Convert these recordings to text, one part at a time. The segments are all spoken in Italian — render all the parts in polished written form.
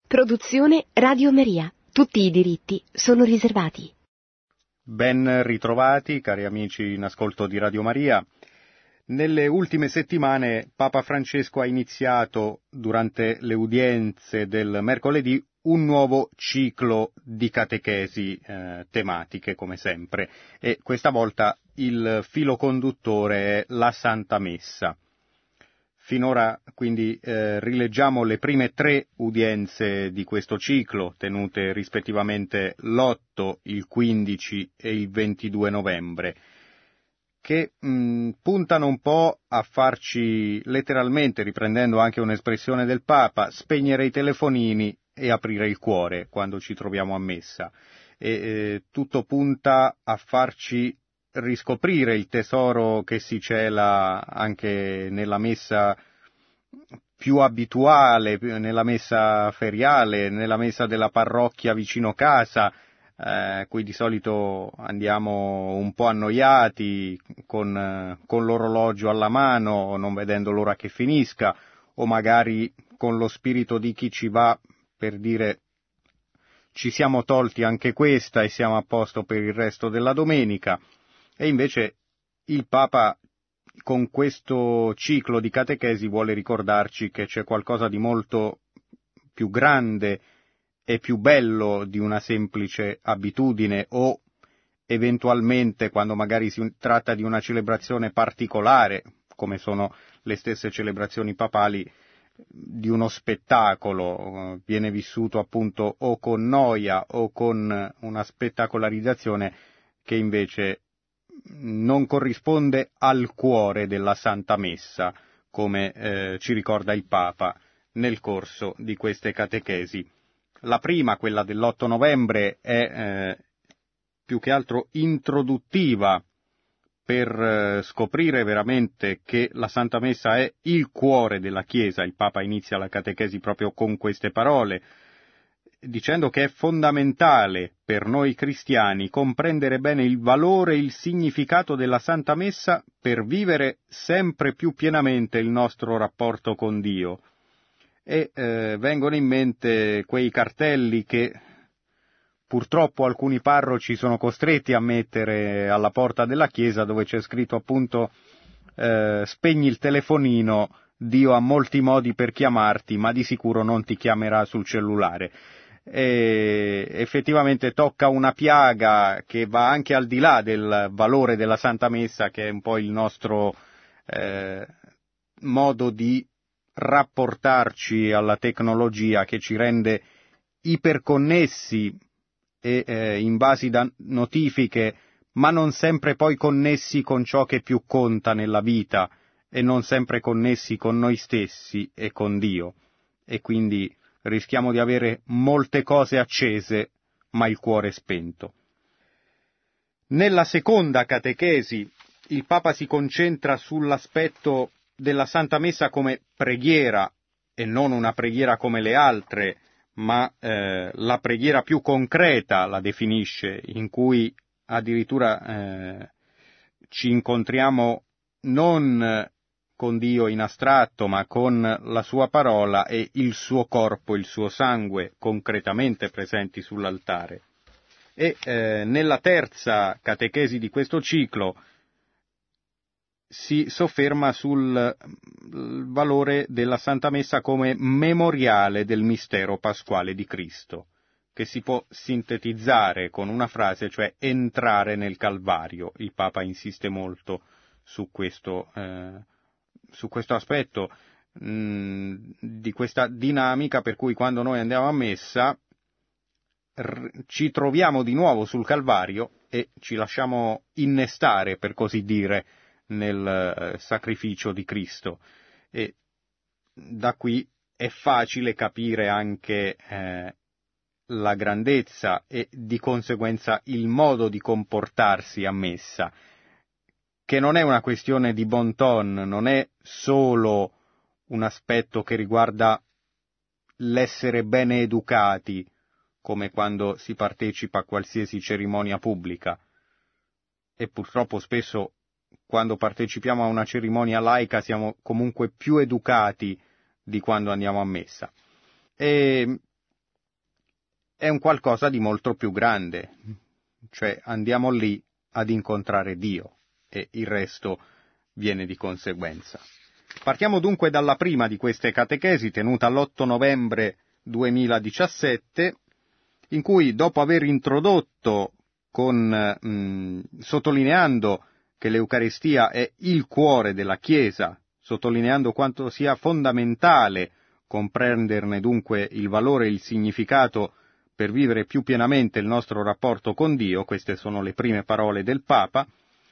Produzione Radio Maria. Tutti i diritti sono riservati. Ben ritrovati, cari amici in ascolto di Radio Maria. Nelle ultime settimane Papa Francesco ha iniziato, durante le udienze del mercoledì, un nuovo ciclo di catechesi tematiche, come sempre, e questa volta il filo conduttore è la Santa Messa. Finora quindi rileggiamo le prime 3 udienze di questo ciclo, tenute rispettivamente l'8, il 15 e il 22 novembre, che puntano un po' a farci letteralmente, riprendendo anche un'espressione del Papa, spegnere i telefonini e aprire il cuore quando ci troviamo a messa. Tutto punta a farci riscoprire il tesoro che si cela anche nella messa più abituale, nella messa feriale, nella messa della parrocchia vicino casa, cui di solito andiamo un po' annoiati con l'orologio alla mano, non vedendo l'ora che finisca, o magari con lo spirito di chi ci va per dire ci siamo tolti anche questa e siamo a posto per il resto della domenica. E invece il Papa con questo ciclo di catechesi vuole ricordarci che c'è qualcosa di molto più grande e più bello di una semplice abitudine o eventualmente quando magari si tratta di una celebrazione particolare, come sono le stesse celebrazioni papali, di uno spettacolo, viene vissuto appunto o con noia o con una spettacolarizzazione che invece non corrisponde al cuore della Santa Messa, come ci ricorda il Papa nel corso di queste catechesi. La prima, quella dell'8 novembre, è più che altro introduttiva per scoprire veramente che la Santa Messa è il cuore della Chiesa. Il Papa inizia la catechesi proprio con queste parole, dicendo che è fondamentale per noi cristiani comprendere bene il valore e il significato della Santa Messa per vivere sempre più pienamente il nostro rapporto con Dio. E vengono in mente quei cartelli che purtroppo alcuni parroci sono costretti a mettere alla porta della chiesa, dove c'è scritto appunto spegni il telefonino, Dio ha molti modi per chiamarti, ma di sicuro non ti chiamerà sul cellulare. E effettivamente tocca una piaga che va anche al di là del valore della Santa Messa, che è un po' il nostro modo di rapportarci alla tecnologia, che ci rende iperconnessi e invasi da notifiche, ma non sempre poi connessi con ciò che più conta nella vita e non sempre connessi con noi stessi e con Dio. E quindi rischiamo di avere molte cose accese, ma il cuore spento. Nella seconda catechesi il Papa si concentra sull'aspetto della Santa Messa come preghiera, e non una preghiera come le altre, ma la preghiera più concreta la definisce, in cui addirittura ci incontriamo non con Dio in astratto, ma con la sua parola e il suo corpo, il suo sangue concretamente presenti sull'altare. E nella terza catechesi di questo ciclo si sofferma sul valore della Santa Messa come memoriale del mistero pasquale di Cristo, che si può sintetizzare con una frase, cioè entrare nel Calvario. Il Papa insiste molto su questo aspetto, di questa dinamica per cui quando noi andiamo a messa ci troviamo di nuovo sul Calvario e ci lasciamo innestare, per così dire, nel sacrificio di Cristo. E da qui è facile capire anche la grandezza e di conseguenza il modo di comportarsi a messa, che non è una questione di bon ton, non è solo un aspetto che riguarda l'essere bene educati, come quando si partecipa a qualsiasi cerimonia pubblica. E purtroppo spesso quando partecipiamo a una cerimonia laica siamo comunque più educati di quando andiamo a messa. E è un qualcosa di molto più grande, cioè andiamo lì ad incontrare Dio e il resto viene di conseguenza. Partiamo dunque dalla prima di queste catechesi, tenuta l'8 novembre 2017, in cui dopo aver introdotto sottolineando che l'Eucaristia è il cuore della Chiesa, sottolineando quanto sia fondamentale comprenderne dunque il valore e il significato per vivere più pienamente il nostro rapporto con Dio, queste sono le prime parole del Papa,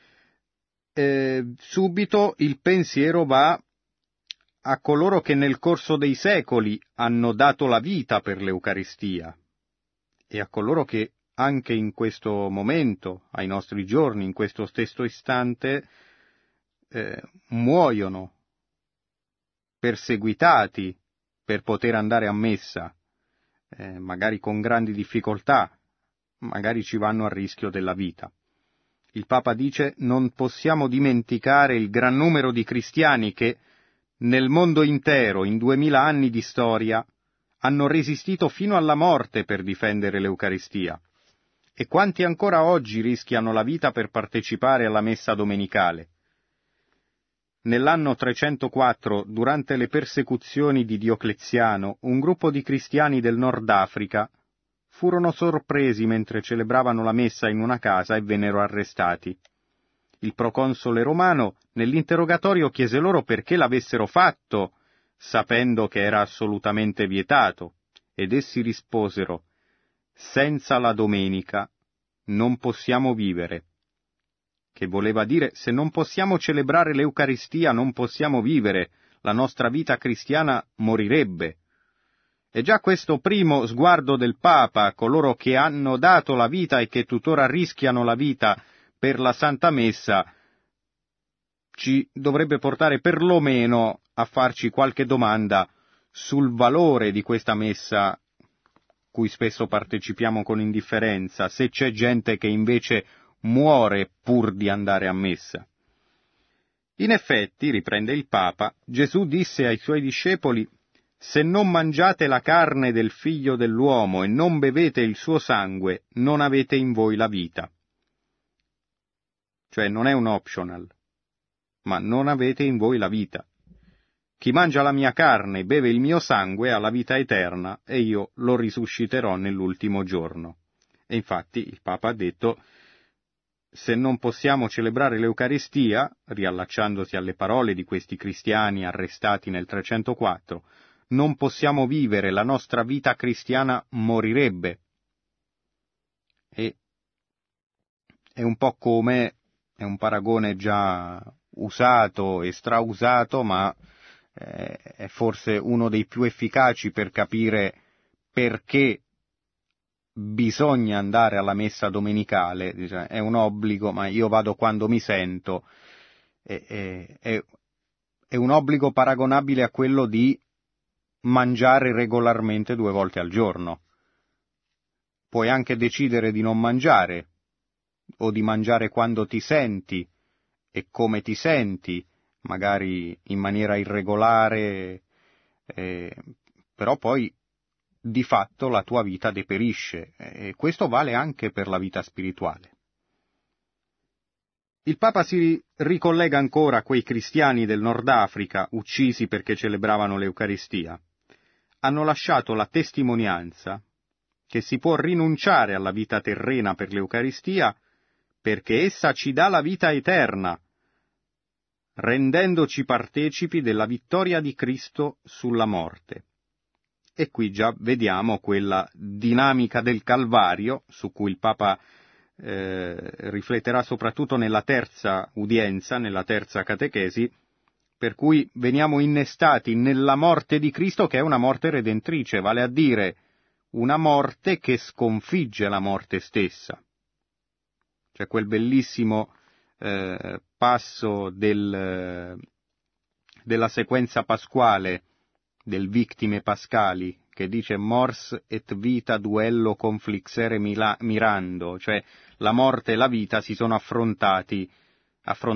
subito il pensiero va a coloro che nel corso dei secoli hanno dato la vita per l'Eucaristia e a coloro che anche in questo momento, ai nostri giorni, in questo stesso istante, muoiono perseguitati per poter andare a messa, magari con grandi difficoltà, magari ci vanno a rischio della vita. Il Papa dice: non possiamo dimenticare il gran numero di cristiani che nel mondo intero, in 2000 anni di storia, hanno resistito fino alla morte per difendere l'Eucaristia. E quanti ancora oggi rischiano la vita per partecipare alla messa domenicale. Nell'anno 304, durante le persecuzioni di Diocleziano, un gruppo di cristiani del Nord Africa furono sorpresi mentre celebravano la messa in una casa e vennero arrestati. Il proconsole romano nell'interrogatorio chiese loro perché l'avessero fatto, sapendo che era assolutamente vietato, ed essi risposero: senza la domenica non possiamo vivere. Che voleva dire: se non possiamo celebrare l'Eucaristia non possiamo vivere, la nostra vita cristiana morirebbe. E già questo primo sguardo del Papa a coloro che hanno dato la vita e che tuttora rischiano la vita per la Santa Messa ci dovrebbe portare perlomeno a farci qualche domanda sul valore di questa messa cui spesso partecipiamo con indifferenza, se c'è gente che invece muore pur di andare a messa. In effetti, riprende il Papa, Gesù disse ai suoi discepoli: se non mangiate la carne del Figlio dell'uomo e non bevete il suo sangue, non avete in voi la vita. Cioè non è un optional, ma non avete in voi la vita. Chi mangia la mia carne e beve il mio sangue ha la vita eterna e io lo risusciterò nell'ultimo giorno. E infatti il Papa ha detto: se non possiamo celebrare l'Eucaristia, riallacciandosi alle parole di questi cristiani arrestati nel 304, non possiamo vivere, la nostra vita cristiana morirebbe. E è un po' come, è un paragone già usato e strausato, ma è forse uno dei più efficaci per capire perché bisogna andare alla messa domenicale. È un obbligo, ma io vado quando mi sento. È un obbligo paragonabile a quello di mangiare regolarmente 2 volte al giorno. Puoi anche decidere di non mangiare, o di mangiare quando ti senti e come ti senti, magari in maniera irregolare, però poi di fatto la tua vita deperisce, e questo vale anche per la vita spirituale. Il Papa si ricollega ancora a quei cristiani del Nord Africa uccisi perché celebravano l'Eucaristia. Hanno lasciato la testimonianza che si può rinunciare alla vita terrena per l'Eucaristia perché essa ci dà la vita eterna, rendendoci partecipi della vittoria di Cristo sulla morte. E qui già vediamo quella dinamica del Calvario, su cui il Papa rifletterà soprattutto nella terza udienza, nella terza catechesi, per cui veniamo innestati nella morte di Cristo, che è una morte redentrice, vale a dire una morte che sconfigge la morte stessa. C'è quel bellissimo passo della sequenza pasquale, del Victime Pascali, che dice mors et vita duello conflixere mirando, cioè la morte e la vita si sono affrontate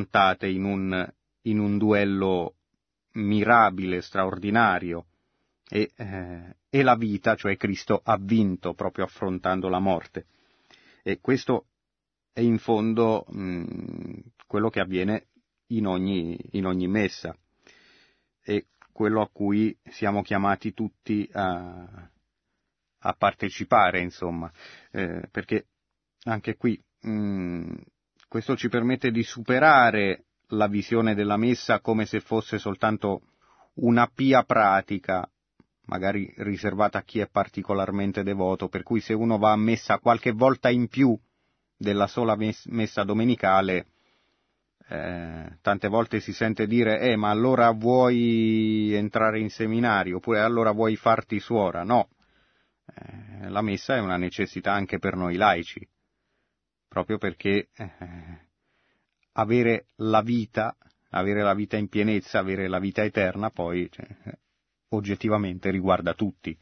in un duello mirabile, straordinario, e la vita, cioè Cristo ha vinto proprio affrontando la morte. E questo è in fondo quello che avviene in ogni messa, e quello a cui siamo chiamati tutti a partecipare, insomma, perché anche qui questo ci permette di superare la visione della messa come se fosse soltanto una pia pratica, magari riservata a chi è particolarmente devoto, per cui se uno va a messa qualche volta in più della sola messa domenicale, tante volte si sente dire ma allora vuoi entrare in seminario, oppure allora vuoi farti suora. No, la messa è una necessità anche per noi laici, proprio perché avere la vita in pienezza, avere la vita eterna, poi oggettivamente riguarda tutti.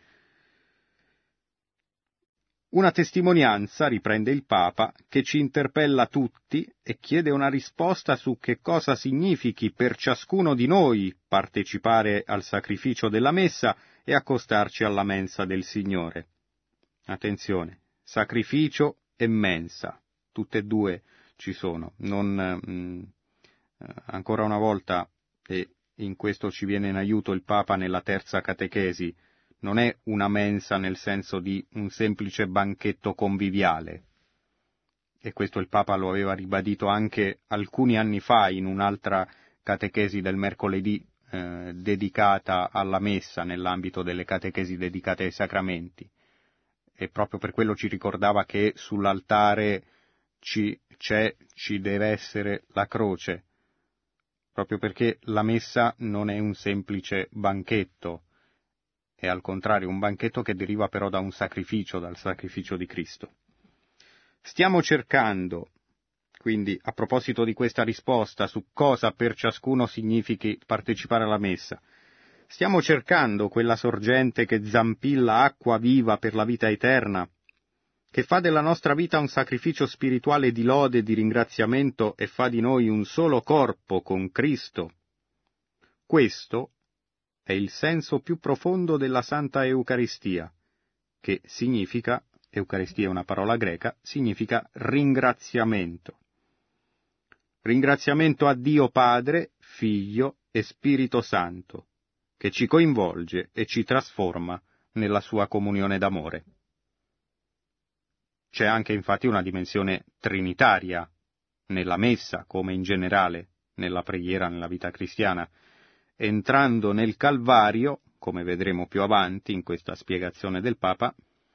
Una testimonianza, riprende il Papa, che ci interpella tutti e chiede una risposta su che cosa significhi per ciascuno di noi partecipare al sacrificio della messa e accostarci alla mensa del Signore. Attenzione, sacrificio e mensa, tutte e due ci sono. Ancora una volta, e in questo ci viene in aiuto il Papa nella terza catechesi, non è una mensa nel senso di un semplice banchetto conviviale. E questo il Papa lo aveva ribadito anche alcuni anni fa in un'altra catechesi del mercoledì dedicata alla messa nell'ambito delle catechesi dedicate ai sacramenti. E proprio per quello ci ricordava che sull'altare ci deve essere la croce, proprio perché la messa non è un semplice banchetto, è al contrario un banchetto che deriva però da un sacrificio, dal sacrificio di Cristo. Stiamo cercando, quindi, a proposito di questa risposta su cosa per ciascuno significhi partecipare alla messa, stiamo cercando quella sorgente che zampilla acqua viva per la vita eterna, che fa della nostra vita un sacrificio spirituale di lode e di ringraziamento e fa di noi un solo corpo con Cristo. Questo è il senso più profondo della Santa Eucaristia, che significa, Eucaristia è una parola greca, significa ringraziamento. Ringraziamento a Dio Padre, Figlio e Spirito Santo, che ci coinvolge e ci trasforma nella sua comunione d'amore. C'è anche infatti una dimensione trinitaria nella messa, come in generale nella preghiera, nella vita cristiana. Entrando nel Calvario, come vedremo più avanti in questa spiegazione del Papa,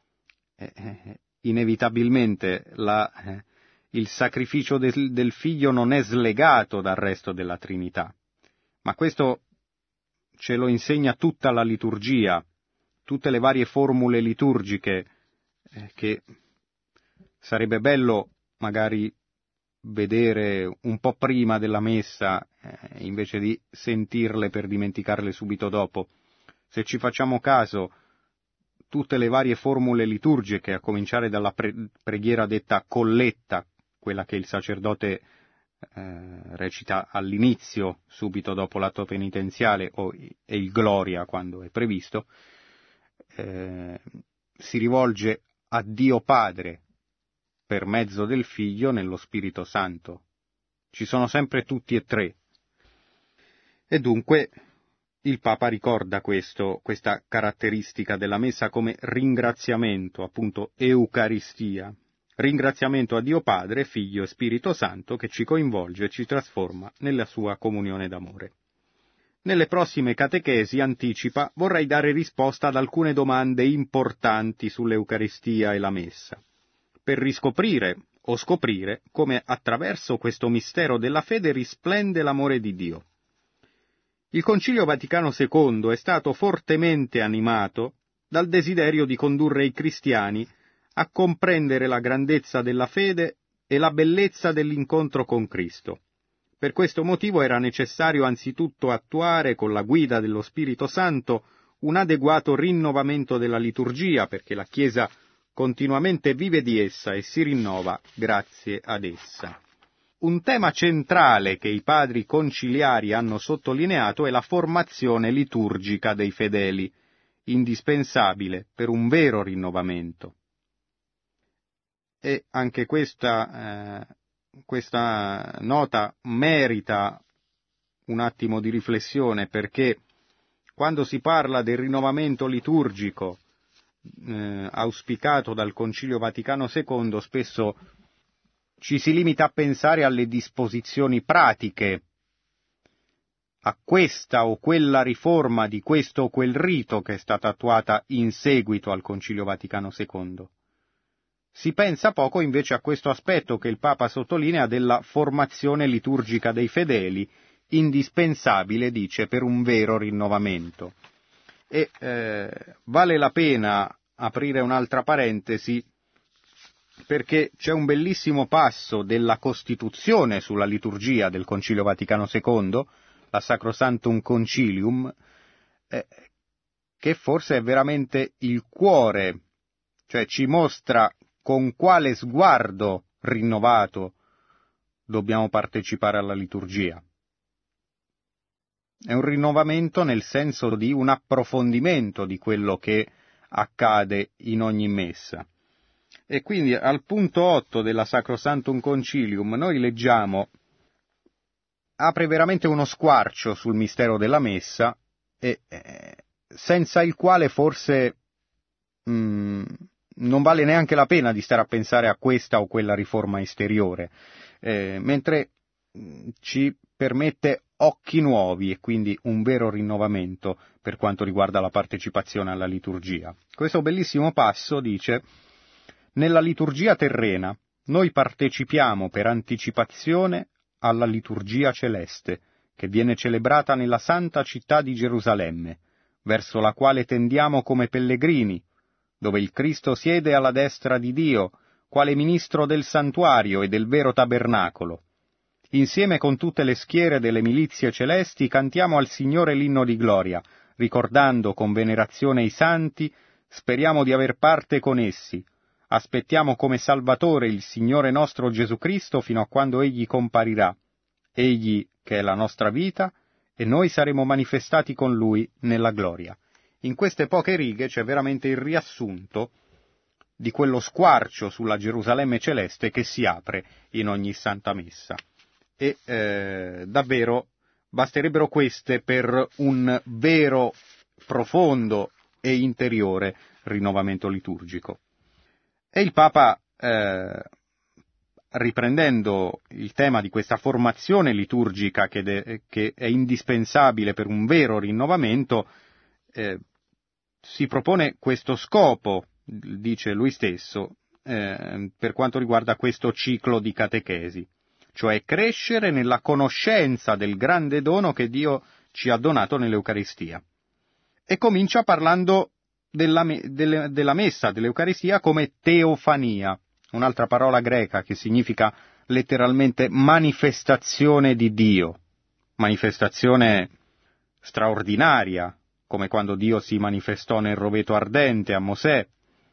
inevitabilmente il sacrificio del Figlio non è slegato dal resto della Trinità, ma questo ce lo insegna tutta la liturgia, tutte le varie formule liturgiche che sarebbe bello magari vedere un po' prima della messa, invece di sentirle per dimenticarle subito dopo. Se ci facciamo caso, tutte le varie formule liturgiche, a cominciare dalla preghiera detta colletta, quella che il sacerdote recita all'inizio, subito dopo l'atto penitenziale, e il Gloria quando è previsto, si rivolge a Dio Padre per mezzo del Figlio nello Spirito Santo. Ci sono sempre tutti e tre. E dunque il Papa ricorda questa caratteristica della messa come ringraziamento, appunto Eucaristia, ringraziamento a Dio Padre, Figlio e Spirito Santo che ci coinvolge e ci trasforma nella sua comunione d'amore. Nelle prossime catechesi, anticipa, vorrei dare risposta ad alcune domande importanti sull'Eucaristia e la messa, per riscoprire o scoprire come attraverso questo mistero della fede risplende l'amore di Dio. Il Concilio Vaticano II è stato fortemente animato dal desiderio di condurre i cristiani a comprendere la grandezza della fede e la bellezza dell'incontro con Cristo. Per questo motivo era necessario anzitutto attuare con la guida dello Spirito Santo un adeguato rinnovamento della liturgia, perché la Chiesa continuamente vive di essa e si rinnova grazie ad essa. Un tema centrale che i padri conciliari hanno sottolineato è la formazione liturgica dei fedeli, indispensabile per un vero rinnovamento. E anche questa nota merita un attimo di riflessione, perché quando si parla del rinnovamento liturgico auspicato dal Concilio Vaticano II, spesso ci si limita a pensare alle disposizioni pratiche, a questa o quella riforma di questo o quel rito che è stata attuata in seguito al Concilio Vaticano II. Si pensa poco invece a questo aspetto che il Papa sottolinea della formazione liturgica dei fedeli, indispensabile, dice, per un vero rinnovamento. E vale la pena aprire un'altra parentesi, perché c'è un bellissimo passo della Costituzione sulla liturgia del Concilio Vaticano II, la Sacrosanctum Concilium, che forse è veramente il cuore, cioè ci mostra con quale sguardo rinnovato dobbiamo partecipare alla liturgia. È un rinnovamento nel senso di un approfondimento di quello che accade in ogni messa. E quindi al punto 8 della Sacrosanctum Concilium noi leggiamo: apre veramente uno squarcio sul mistero della messa, e senza il quale forse non vale neanche la pena di stare a pensare a questa o quella riforma esteriore, mentre ci permette occhi nuovi e quindi un vero rinnovamento per quanto riguarda la partecipazione alla liturgia. Questo bellissimo passo dice: nella liturgia terrena noi partecipiamo per anticipazione alla liturgia celeste, che viene celebrata nella santa città di Gerusalemme, verso la quale tendiamo come pellegrini, dove il Cristo siede alla destra di Dio, quale ministro del santuario e del vero tabernacolo. Insieme con tutte le schiere delle milizie celesti cantiamo al Signore l'inno di gloria, ricordando con venerazione i santi, speriamo di aver parte con essi. Aspettiamo come Salvatore il Signore nostro Gesù Cristo fino a quando Egli comparirà, Egli che è la nostra vita, e noi saremo manifestati con Lui nella gloria. In queste poche righe c'è veramente il riassunto di quello squarcio sulla Gerusalemme celeste che si apre in ogni Santa Messa. E davvero basterebbero queste per un vero, profondo e interiore rinnovamento liturgico. E il Papa, riprendendo il tema di questa formazione liturgica che è indispensabile per un vero rinnovamento, si propone questo scopo, dice lui stesso, per quanto riguarda questo ciclo di catechesi, cioè crescere nella conoscenza del grande dono che Dio ci ha donato nell'Eucaristia. E comincia parlando della messa, dell'Eucaristia, come teofania, un'altra parola greca che significa letteralmente manifestazione di Dio, manifestazione straordinaria, come quando Dio si manifestò nel roveto ardente a Mosè,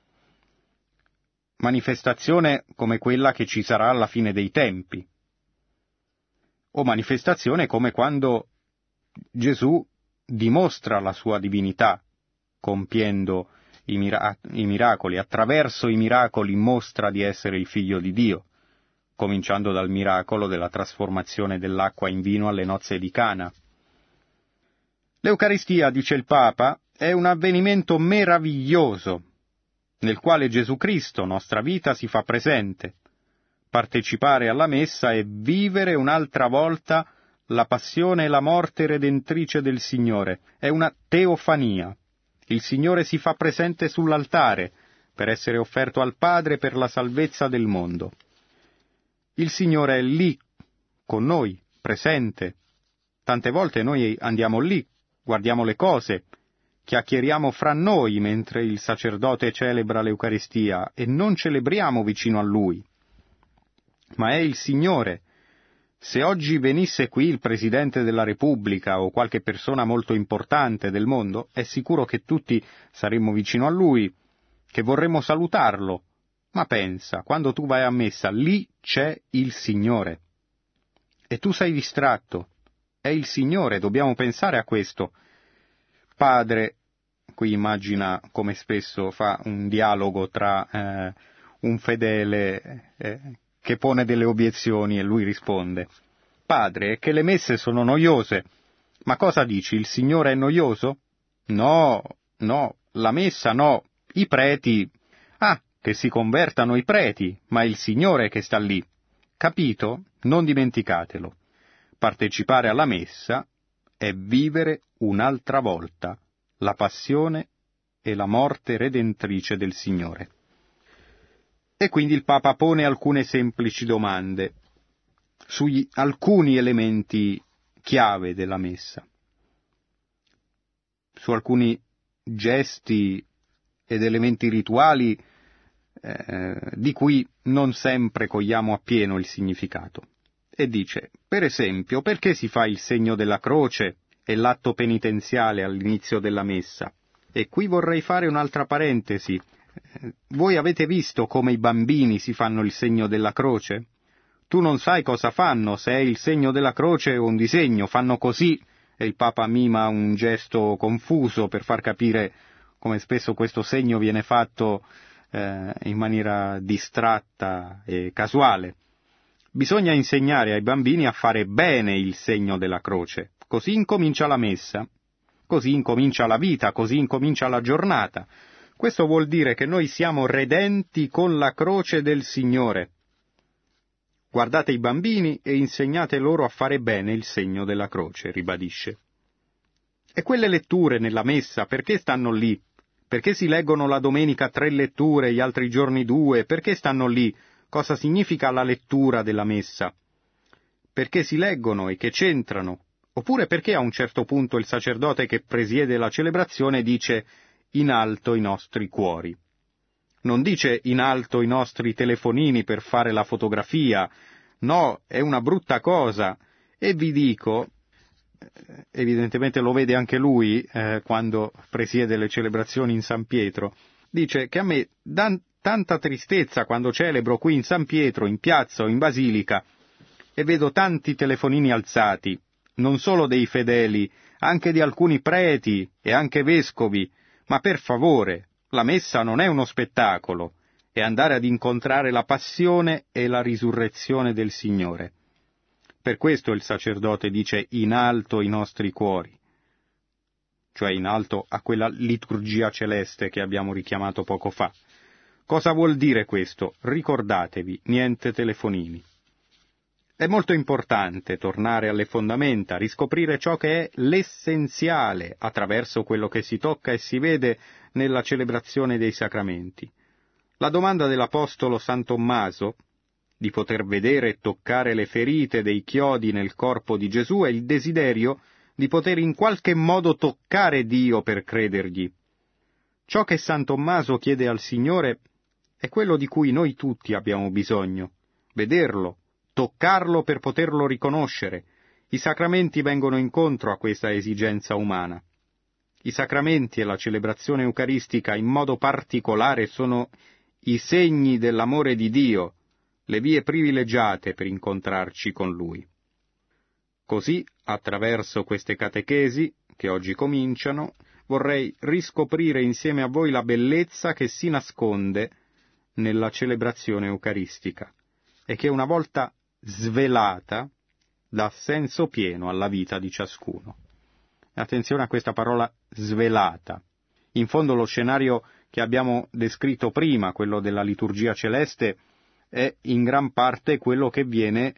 manifestazione come quella che ci sarà alla fine dei tempi, o manifestazione come quando Gesù dimostra la sua divinità, compiendo i miracoli, attraverso i miracoli mostra di essere il Figlio di Dio, cominciando dal miracolo della trasformazione dell'acqua in vino alle nozze di Cana. L'Eucaristia, dice il Papa, è un avvenimento meraviglioso, nel quale Gesù Cristo, nostra vita, si fa presente. Partecipare alla messa è vivere un'altra volta la passione e la morte redentrice del Signore. È una teofania. Il Signore si fa presente sull'altare per essere offerto al Padre per la salvezza del mondo. Il Signore è lì, con noi, presente. Tante volte noi andiamo lì, guardiamo le cose, chiacchieriamo fra noi mentre il sacerdote celebra l'Eucaristia e non celebriamo vicino a Lui. Ma è il Signore. Se oggi venisse qui il Presidente della Repubblica o qualche persona molto importante del mondo, è sicuro che tutti saremmo vicino a Lui, che vorremmo salutarlo. Ma pensa, quando tu vai a messa, lì c'è il Signore. E tu sei distratto. È il Signore, dobbiamo pensare a questo. Padre, qui immagina come spesso fa un dialogo tra un fedele che pone delle obiezioni e lui risponde: Padre, è che le messe sono noiose. Ma cosa dici, il Signore è noioso? No, la messa no, i preti. Ah, che si convertano i preti, ma è il Signore che sta lì. Capito? Non dimenticatelo. Partecipare alla messa è vivere un'altra volta la passione e la morte redentrice del Signore. E quindi il Papa pone alcune semplici domande su alcuni elementi chiave della messa, su alcuni gesti ed elementi rituali di cui non sempre cogliamo appieno il significato. E dice, per esempio, perché si fa il segno della croce e l'atto penitenziale all'inizio della messa? E qui vorrei fare un'altra parentesi. Voi avete visto come i bambini si fanno il segno della croce? Tu non sai cosa fanno, se è il segno della croce o un disegno, fanno così, e il Papa mima un gesto confuso per far capire come spesso questo segno viene fatto in maniera distratta e casuale. Bisogna insegnare ai bambini a fare bene il segno della croce, così incomincia la messa, così incomincia la vita, così incomincia la giornata. Questo vuol dire che noi siamo redenti con la croce del Signore. Guardate i bambini e insegnate loro a fare bene il segno della croce, ribadisce. E quelle letture nella messa, perché stanno lì? Perché si leggono la domenica 3 letture, gli altri giorni 2? Perché stanno lì? Cosa significa la lettura della messa? Perché si leggono e che c'entrano? Oppure perché a un certo punto il sacerdote che presiede la celebrazione dice in alto i nostri cuori? Non dice in alto i nostri telefonini per fare la fotografia, no, è una brutta cosa. E vi dico, evidentemente lo vede anche lui quando presiede le celebrazioni in San Pietro, dice che a me dà tanta tristezza quando celebro qui in San Pietro, in piazza o in basilica, e vedo tanti telefonini alzati, non solo dei fedeli, anche di alcuni preti e anche vescovi, ma per favore, la messa non è uno spettacolo, è andare ad incontrare la passione e la risurrezione del Signore. Per questo il sacerdote dice in alto i nostri cuori, cioè in alto a quella liturgia celeste che abbiamo richiamato poco fa. Cosa vuol dire questo? Ricordatevi, niente telefonini. È molto importante tornare alle fondamenta, riscoprire ciò che è l'essenziale attraverso quello che si tocca e si vede nella celebrazione dei sacramenti. La domanda dell'Apostolo San Tommaso, di poter vedere e toccare le ferite dei chiodi nel corpo di Gesù, è il desiderio di poter in qualche modo toccare Dio per credergli. Ciò che San Tommaso chiede al Signore è quello di cui noi tutti abbiamo bisogno, vederlo, toccarlo per poterlo riconoscere. I sacramenti vengono incontro a questa esigenza umana. I sacramenti e la celebrazione eucaristica in modo particolare sono i segni dell'amore di Dio, le vie privilegiate per incontrarci con Lui. Così, attraverso queste catechesi, che oggi cominciano, vorrei riscoprire insieme a voi la bellezza che si nasconde nella celebrazione eucaristica e che una volta svelata dà senso pieno alla vita di ciascuno. Attenzione a questa parola svelata. In fondo lo scenario che abbiamo descritto prima, quello della liturgia celeste, è in gran parte quello che viene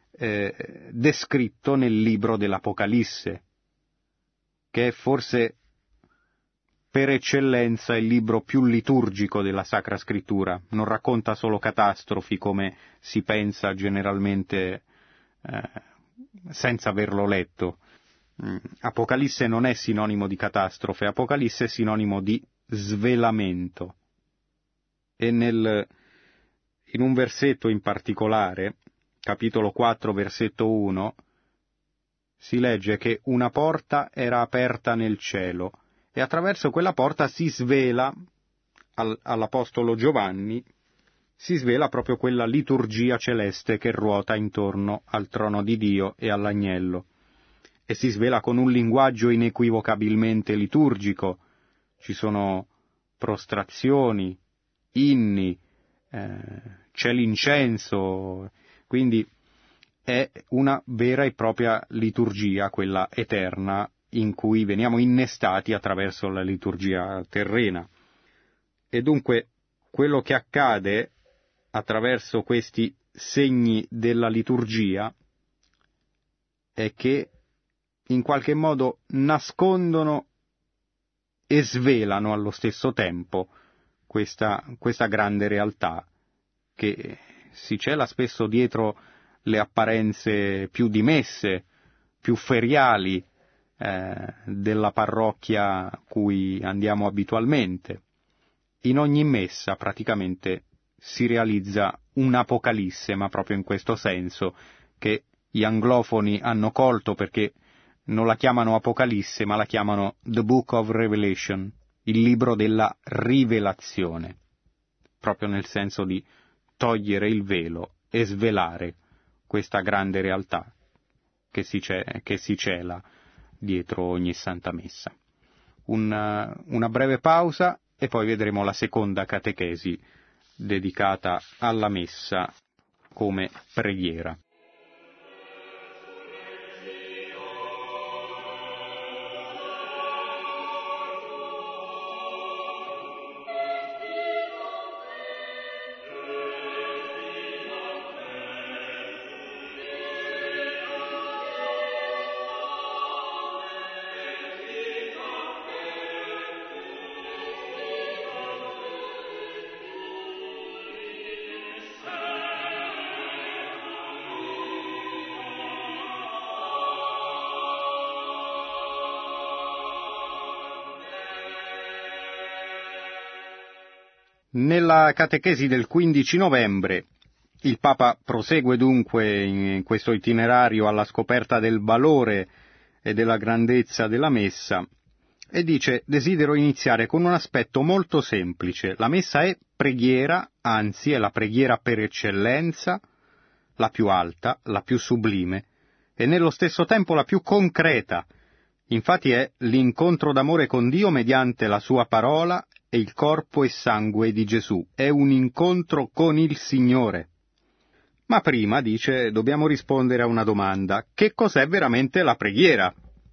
descritto nel libro dell'Apocalisse, che è forse per eccellenza il libro più liturgico della Sacra Scrittura. Non racconta solo catastrofi come si pensa generalmente senza averlo letto. Apocalisse non è sinonimo di catastrofe, Apocalisse è sinonimo di svelamento. E in un versetto in particolare, capitolo 4, versetto 1, si legge che una porta era aperta nel cielo e attraverso quella porta si svela all'Apostolo Giovanni, si svela proprio quella liturgia celeste che ruota intorno al trono di Dio e all'agnello. E si svela con un linguaggio inequivocabilmente liturgico, ci sono prostrazioni, inni, c'è l'incenso, quindi è una vera e propria liturgia, quella eterna, in cui veniamo innestati attraverso la liturgia terrena. E dunque quello che accade attraverso questi segni della liturgia è che in qualche modo nascondono e svelano allo stesso tempo questa grande realtà che si cela spesso dietro le apparenze più dimesse, più feriali della parrocchia a cui andiamo abitualmente. In ogni messa praticamente si realizza un'apocalisse, ma proprio in questo senso, che gli anglofoni hanno colto, perché non la chiamano Apocalisse, ma la chiamano The Book of Revelation, il libro della rivelazione, proprio nel senso di togliere il velo e svelare questa grande realtà che si cela dietro ogni Santa Messa. Una breve pausa e poi vedremo la seconda catechesi dedicata alla Messa come preghiera. Nella catechesi del 15 novembre il Papa prosegue dunque in questo itinerario alla scoperta del valore e della grandezza della Messa e dice: desidero iniziare con un aspetto molto semplice. La Messa è preghiera, anzi è la preghiera per eccellenza, la più alta, la più sublime e nello stesso tempo la più concreta. Infatti è l'incontro d'amore con Dio mediante la sua parola e il corpo e sangue di Gesù. È un incontro con il Signore. Ma prima, dice, dobbiamo rispondere a una domanda. Che cos'è veramente la preghiera?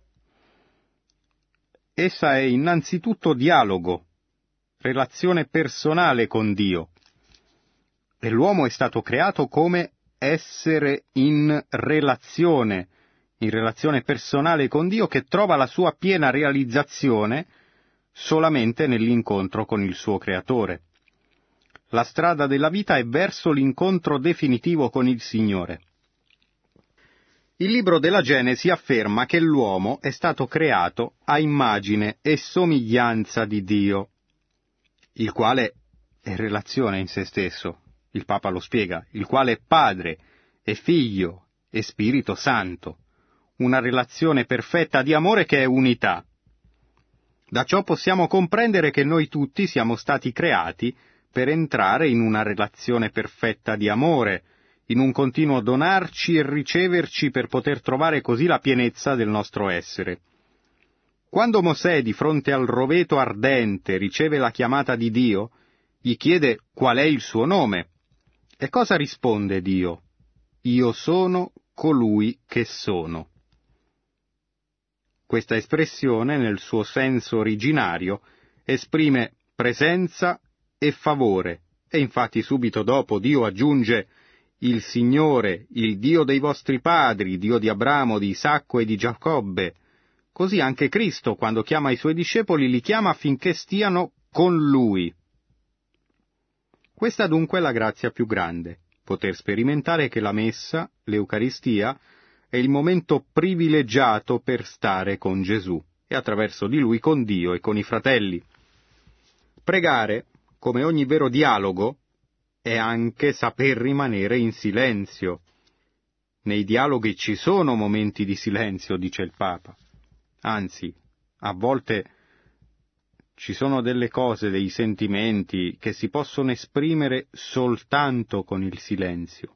Essa è innanzitutto dialogo, relazione personale con Dio. E l'uomo è stato creato come essere in relazione personale con Dio, che trova la sua piena realizzazione solamente nell'incontro con il suo Creatore. La strada della vita è verso l'incontro definitivo con il Signore. Il libro della Genesi afferma che l'uomo è stato creato a immagine e somiglianza di Dio, il quale è relazione in se stesso, il Papa lo spiega, il quale è Padre, è Figlio e Spirito Santo, una relazione perfetta di amore che è unità. Da ciò possiamo comprendere che noi tutti siamo stati creati per entrare in una relazione perfetta di amore, in un continuo donarci e riceverci per poter trovare così la pienezza del nostro essere. Quando Mosè, di fronte al roveto ardente, riceve la chiamata di Dio, gli chiede qual è il suo nome. E cosa risponde Dio? Io sono colui che sono. Questa espressione, nel suo senso originario, esprime presenza e favore, e infatti subito dopo Dio aggiunge il Signore, il Dio dei vostri padri, Dio di Abramo, di Isacco e di Giacobbe. Così anche Cristo, quando chiama i suoi discepoli, li chiama affinché stiano con Lui. Questa dunque è la grazia più grande, poter sperimentare che la Messa, l'Eucaristia, è il momento privilegiato per stare con Gesù e attraverso di Lui con Dio e con i fratelli. Pregare, come ogni vero dialogo, è anche saper rimanere in silenzio. Nei dialoghi ci sono momenti di silenzio, dice il Papa. Anzi, a volte ci sono delle cose, dei sentimenti che si possono esprimere soltanto con il silenzio.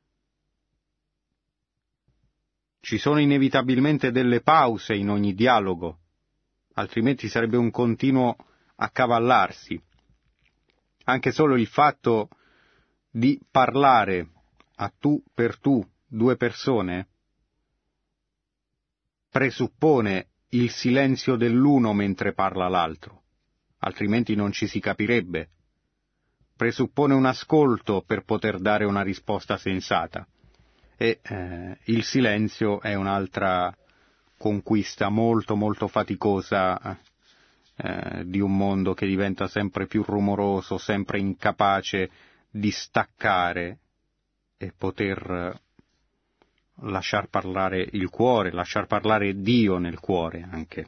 Ci sono inevitabilmente delle pause in ogni dialogo, altrimenti sarebbe un continuo accavallarsi. Anche solo il fatto di parlare a tu per tu, due persone, presuppone il silenzio dell'uno mentre parla l'altro, altrimenti non ci si capirebbe. Presuppone un ascolto per poter dare una risposta sensata. E il silenzio è un'altra conquista molto molto faticosa di un mondo che diventa sempre più rumoroso, sempre incapace di staccare e poter lasciar parlare il cuore, lasciar parlare Dio nel cuore anche.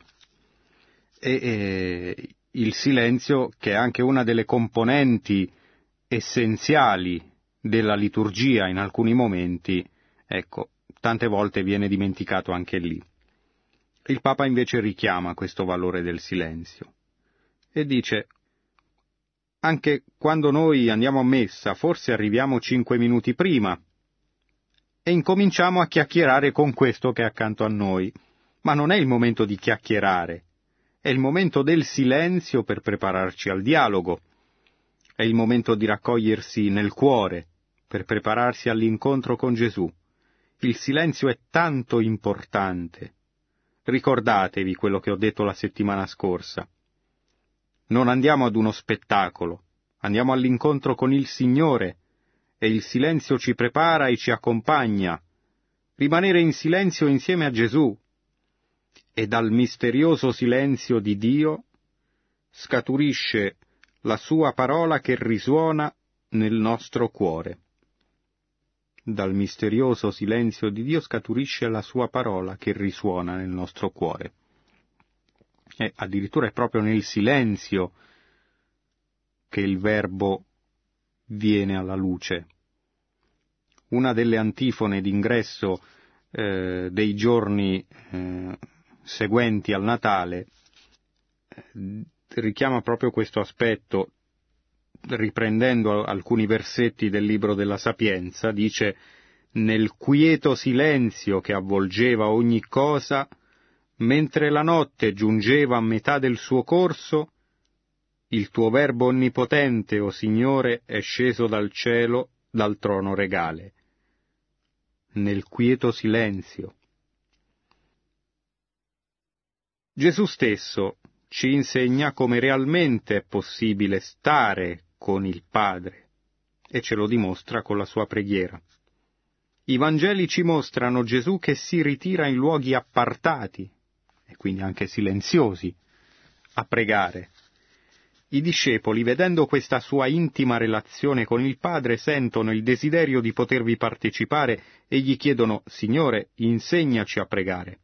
E il silenzio, che è anche una delle componenti essenziali della liturgia in alcuni momenti, ecco, tante volte viene dimenticato anche lì. Il Papa invece richiama questo valore del silenzio e dice: anche quando noi andiamo a messa, forse arriviamo 5 minuti prima e incominciamo a chiacchierare con questo che è accanto a noi, ma non è il momento di chiacchierare, è il momento del silenzio per prepararci al dialogo, è il momento di raccogliersi nel cuore per prepararsi all'incontro con Gesù. Il silenzio è tanto importante. Ricordatevi quello che ho detto la settimana scorsa. Non andiamo ad uno spettacolo, andiamo all'incontro con il Signore e il silenzio ci prepara e ci accompagna. Rimanere in silenzio insieme a Gesù e dal misterioso silenzio di Dio scaturisce la sua parola che risuona nel nostro cuore. Dal misterioso silenzio di Dio scaturisce la sua parola che risuona nel nostro cuore. E addirittura è proprio nel silenzio che il Verbo viene alla luce. Una delle antifone d'ingresso dei giorni seguenti al Natale richiama proprio questo aspetto, riprendendo alcuni versetti del libro della Sapienza. Dice: nel quieto silenzio che avvolgeva ogni cosa, mentre la notte giungeva a metà del suo corso, il tuo Verbo onnipotente, o Signore, è sceso dal cielo, dal trono regale. Nel quieto silenzio. Gesù stesso ci insegna come realmente è possibile stare con il Padre, e ce lo dimostra con la sua preghiera. I Vangeli ci mostrano Gesù che si ritira in luoghi appartati, e quindi anche silenziosi, a pregare. I discepoli, vedendo questa sua intima relazione con il Padre, sentono il desiderio di potervi partecipare e gli chiedono: Signore, insegnaci a pregare.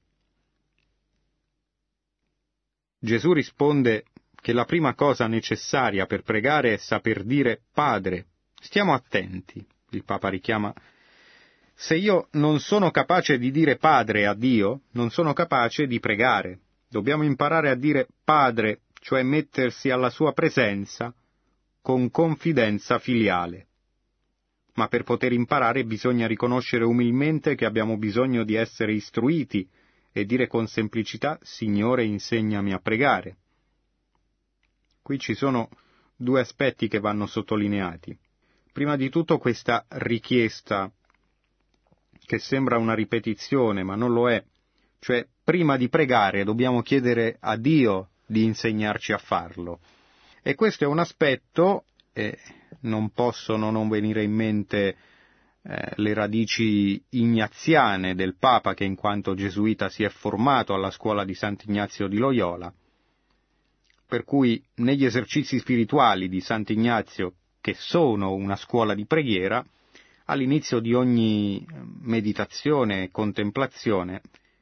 Gesù risponde che la prima cosa necessaria per pregare è saper dire Padre. Stiamo attenti, il Papa richiama: se io non sono capace di dire Padre a Dio, non sono capace di pregare. Dobbiamo imparare a dire Padre, cioè mettersi alla sua presenza con confidenza filiale. Ma per poter imparare bisogna riconoscere umilmente che abbiamo bisogno di essere istruiti e dire con semplicità: Signore, insegnami a pregare. Qui ci sono due aspetti che vanno sottolineati. Prima di tutto questa richiesta, che sembra una ripetizione, ma non lo è. Cioè, prima di pregare dobbiamo chiedere a Dio di insegnarci a farlo. E questo è un aspetto, non possono non venire in mente le radici ignaziane del Papa, che in quanto gesuita si è formato alla scuola di Sant'Ignazio di Loyola, per cui negli esercizi spirituali di Sant'Ignazio, che sono una scuola di preghiera, all'inizio di ogni meditazione e contemplazione,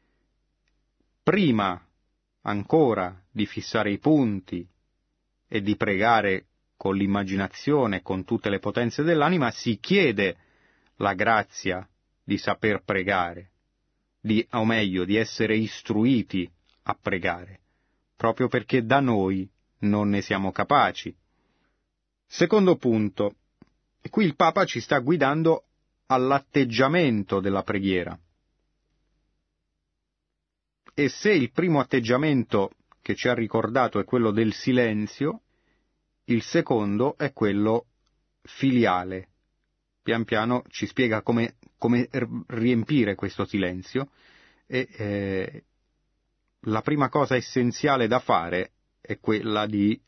prima ancora di fissare i punti e di pregare con l'immaginazione, con tutte le potenze dell'anima, si chiede la grazia di saper pregare, o meglio, di essere istruiti a pregare, proprio perché da noi non ne siamo capaci. Secondo punto, e qui il Papa ci sta guidando all'atteggiamento della preghiera. E se il primo atteggiamento che ci ha ricordato è quello del silenzio, il secondo è quello filiale. Pian piano ci spiega come riempire questo silenzio e la prima cosa essenziale da fare è quella di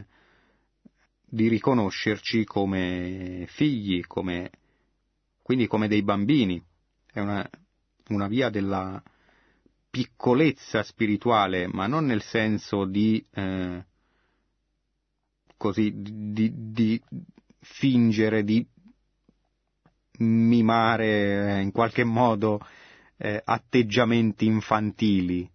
riconoscerci come figli, quindi come dei bambini. È una via della piccolezza spirituale, ma non nel senso di fingere, di mimare in qualche modo atteggiamenti infantili.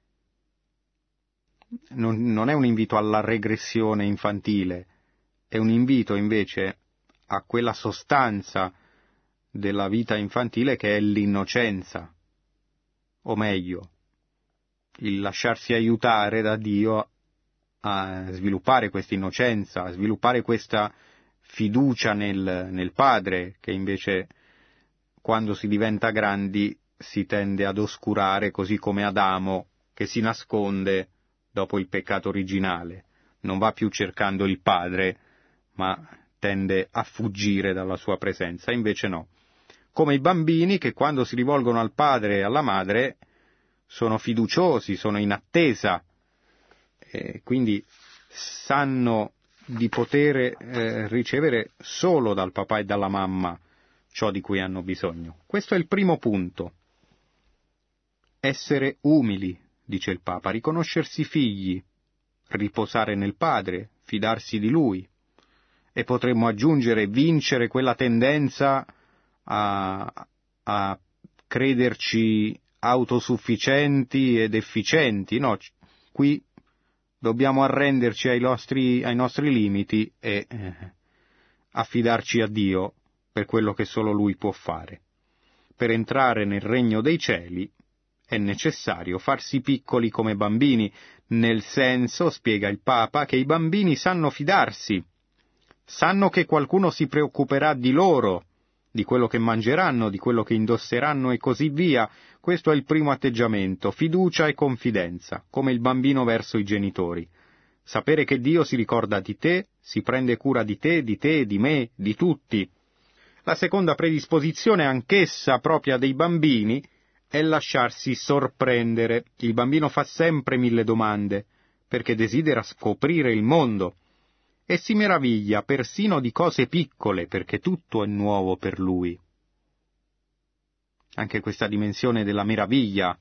Non è un invito alla regressione infantile, è un invito invece a quella sostanza della vita infantile che è l'innocenza, o meglio, il lasciarsi aiutare da Dio a sviluppare questa innocenza, a sviluppare questa fiducia nel Padre, che invece quando si diventa grandi si tende ad oscurare, così come Adamo che si nasconde dopo il peccato originale. Non va più cercando il Padre, ma tende a fuggire dalla sua presenza. Invece no. Come i bambini che quando si rivolgono al padre e alla madre sono fiduciosi, sono in attesa, quindi sanno di poter ricevere solo dal papà e dalla mamma ciò di cui hanno bisogno. Questo è il primo punto. Essere umili, dice il Papa, riconoscersi figli, riposare nel Padre, fidarsi di Lui. E potremmo aggiungere vincere quella tendenza a crederci autosufficienti ed efficienti. No, qui dobbiamo arrenderci ai nostri limiti e affidarci a Dio per quello che solo Lui può fare. Per entrare nel regno dei cieli è necessario farsi piccoli come bambini, nel senso, spiega il Papa, che i bambini sanno fidarsi, sanno che qualcuno si preoccuperà di loro, di quello che mangeranno, di quello che indosseranno e così via. Questo è il primo atteggiamento, fiducia e confidenza, come il bambino verso i genitori. Sapere che Dio si ricorda di te, si prende cura di te, di me, di tutti. La seconda predisposizione, anch'essa propria dei bambini, è lasciarsi sorprendere. Il bambino fa sempre 1000 domande, perché desidera scoprire il mondo, e si meraviglia persino di cose piccole, perché tutto è nuovo per lui. Anche questa dimensione della meraviglia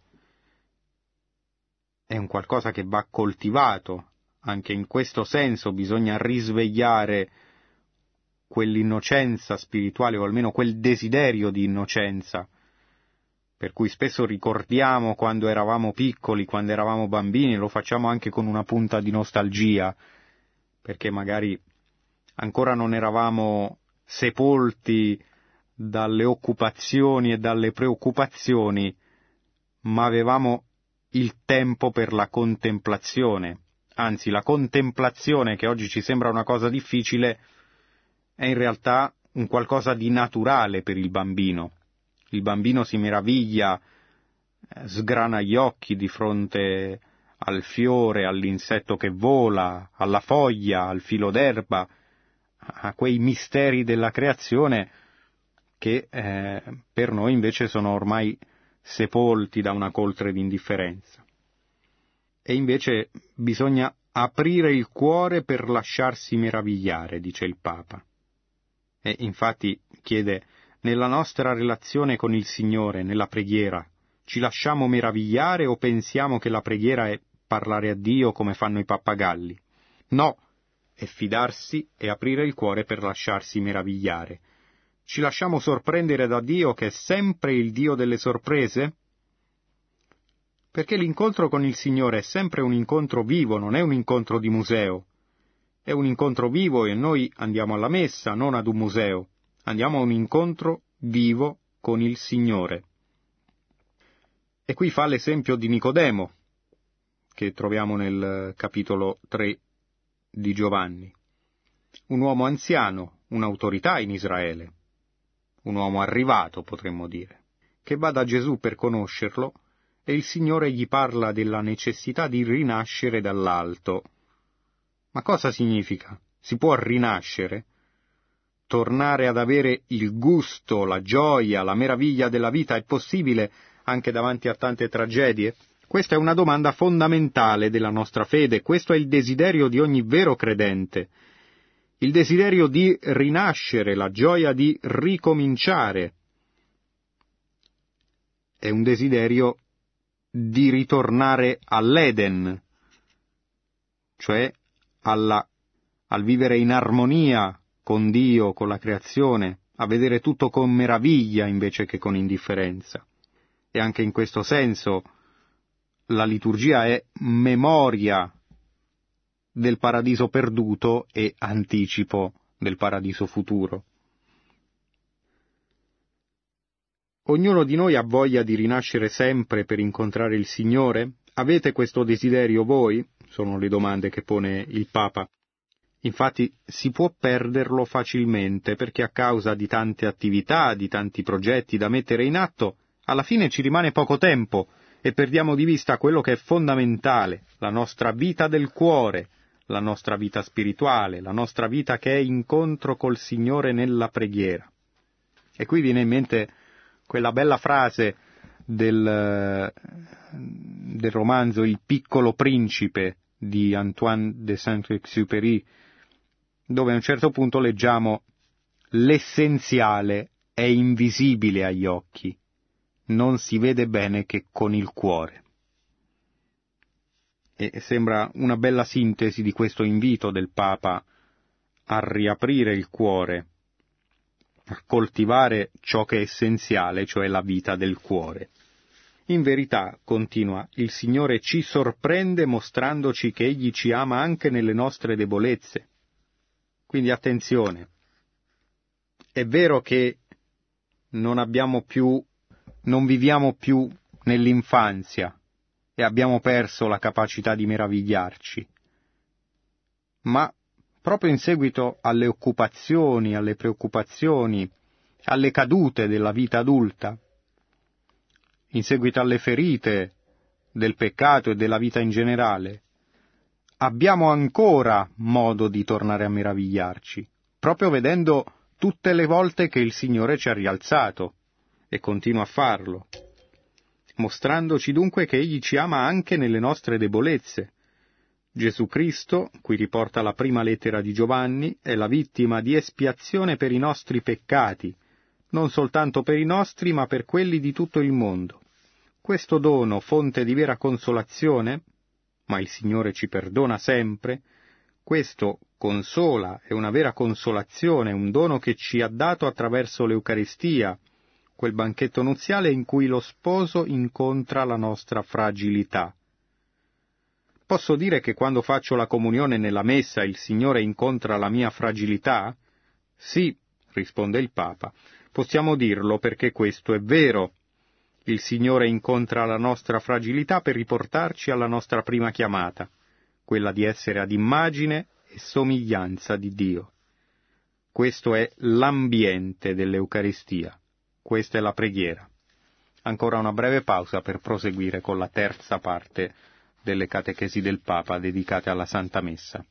è un qualcosa che va coltivato. Anche in questo senso bisogna risvegliare quell'innocenza spirituale, o almeno quel desiderio di innocenza, per cui spesso ricordiamo quando eravamo piccoli, quando eravamo bambini, lo facciamo anche con una punta di nostalgia, perché magari ancora non eravamo sepolti dalle occupazioni e dalle preoccupazioni, ma avevamo il tempo per la contemplazione. Anzi, la contemplazione, che oggi ci sembra una cosa difficile, è in realtà un qualcosa di naturale per il bambino. Il bambino si meraviglia, sgrana gli occhi di fronte al fiore, all'insetto che vola, alla foglia, al filo d'erba, a quei misteri della creazione che per noi invece sono ormai sepolti da una coltre di indifferenza. E invece bisogna aprire il cuore per lasciarsi meravigliare, dice il Papa. E infatti chiede: nella nostra relazione con il Signore, nella preghiera, ci lasciamo meravigliare o pensiamo che la preghiera è parlare a Dio come fanno i pappagalli? No, è fidarsi e aprire il cuore per lasciarsi meravigliare. Ci lasciamo sorprendere da Dio, che è sempre il Dio delle sorprese? Perché l'incontro con il Signore è sempre un incontro vivo, non è un incontro di museo. È un incontro vivo e noi andiamo alla messa, non ad un museo. Andiamo a un incontro vivo con il Signore. E qui fa l'esempio di Nicodemo, che troviamo nel capitolo 3 di Giovanni. Un uomo anziano, un'autorità in Israele, un uomo arrivato, potremmo dire, che va da Gesù per conoscerlo e il Signore gli parla della necessità di rinascere dall'alto. Ma cosa significa? Si può rinascere? Tornare ad avere il gusto, la gioia, la meraviglia della vita è possibile anche davanti a tante tragedie? Questa è una domanda fondamentale della nostra fede, questo è il desiderio di ogni vero credente. Il desiderio di rinascere, la gioia di ricominciare. È un desiderio di ritornare all'Eden, cioè al vivere in armonia con Dio, con la creazione, a vedere tutto con meraviglia invece che con indifferenza. E anche in questo senso la liturgia è memoria del paradiso perduto e anticipo del paradiso futuro. Ognuno di noi ha voglia di rinascere sempre per incontrare il Signore? Avete questo desiderio voi? Sono le domande che pone il Papa. Infatti si può perderlo facilmente perché a causa di tante attività, di tanti progetti da mettere in atto, alla fine ci rimane poco tempo e perdiamo di vista quello che è fondamentale, la nostra vita del cuore, la nostra vita spirituale, la nostra vita che è incontro col Signore nella preghiera. E qui viene in mente quella bella frase del romanzo Il piccolo principe di Antoine de Saint-Exupéry, dove a un certo punto leggiamo: l'essenziale è invisibile agli occhi, non si vede bene che con il cuore. E sembra una bella sintesi di questo invito del Papa a riaprire il cuore, a coltivare ciò che è essenziale, cioè la vita del cuore. In verità, continua, il Signore ci sorprende mostrandoci che Egli ci ama anche nelle nostre debolezze. Quindi attenzione, è vero che non viviamo più nell'infanzia e abbiamo perso la capacità di meravigliarci, ma proprio in seguito alle occupazioni, alle preoccupazioni, alle cadute della vita adulta, in seguito alle ferite del peccato e della vita in generale, abbiamo ancora modo di tornare a meravigliarci, proprio vedendo tutte le volte che il Signore ci ha rialzato, e continua a farlo, mostrandoci dunque che Egli ci ama anche nelle nostre debolezze. Gesù Cristo, qui riporta la prima lettera di Giovanni, è la vittima di espiazione per i nostri peccati, non soltanto per i nostri, ma per quelli di tutto il mondo. Questo dono, fonte di vera consolazione, ma il Signore ci perdona sempre, questo consola, è una vera consolazione, un dono che ci ha dato attraverso l'Eucaristia, quel banchetto nuziale in cui lo sposo incontra la nostra fragilità. Posso dire che quando faccio la comunione nella messa il Signore incontra la mia fragilità? Sì, risponde il Papa, possiamo dirlo perché questo è vero. Il Signore incontra la nostra fragilità per riportarci alla nostra prima chiamata, quella di essere ad immagine e somiglianza di Dio. Questo è l'ambiente dell'Eucaristia, questa è la preghiera. Ancora una breve pausa per proseguire con la terza parte delle catechesi del Papa dedicate alla Santa Messa.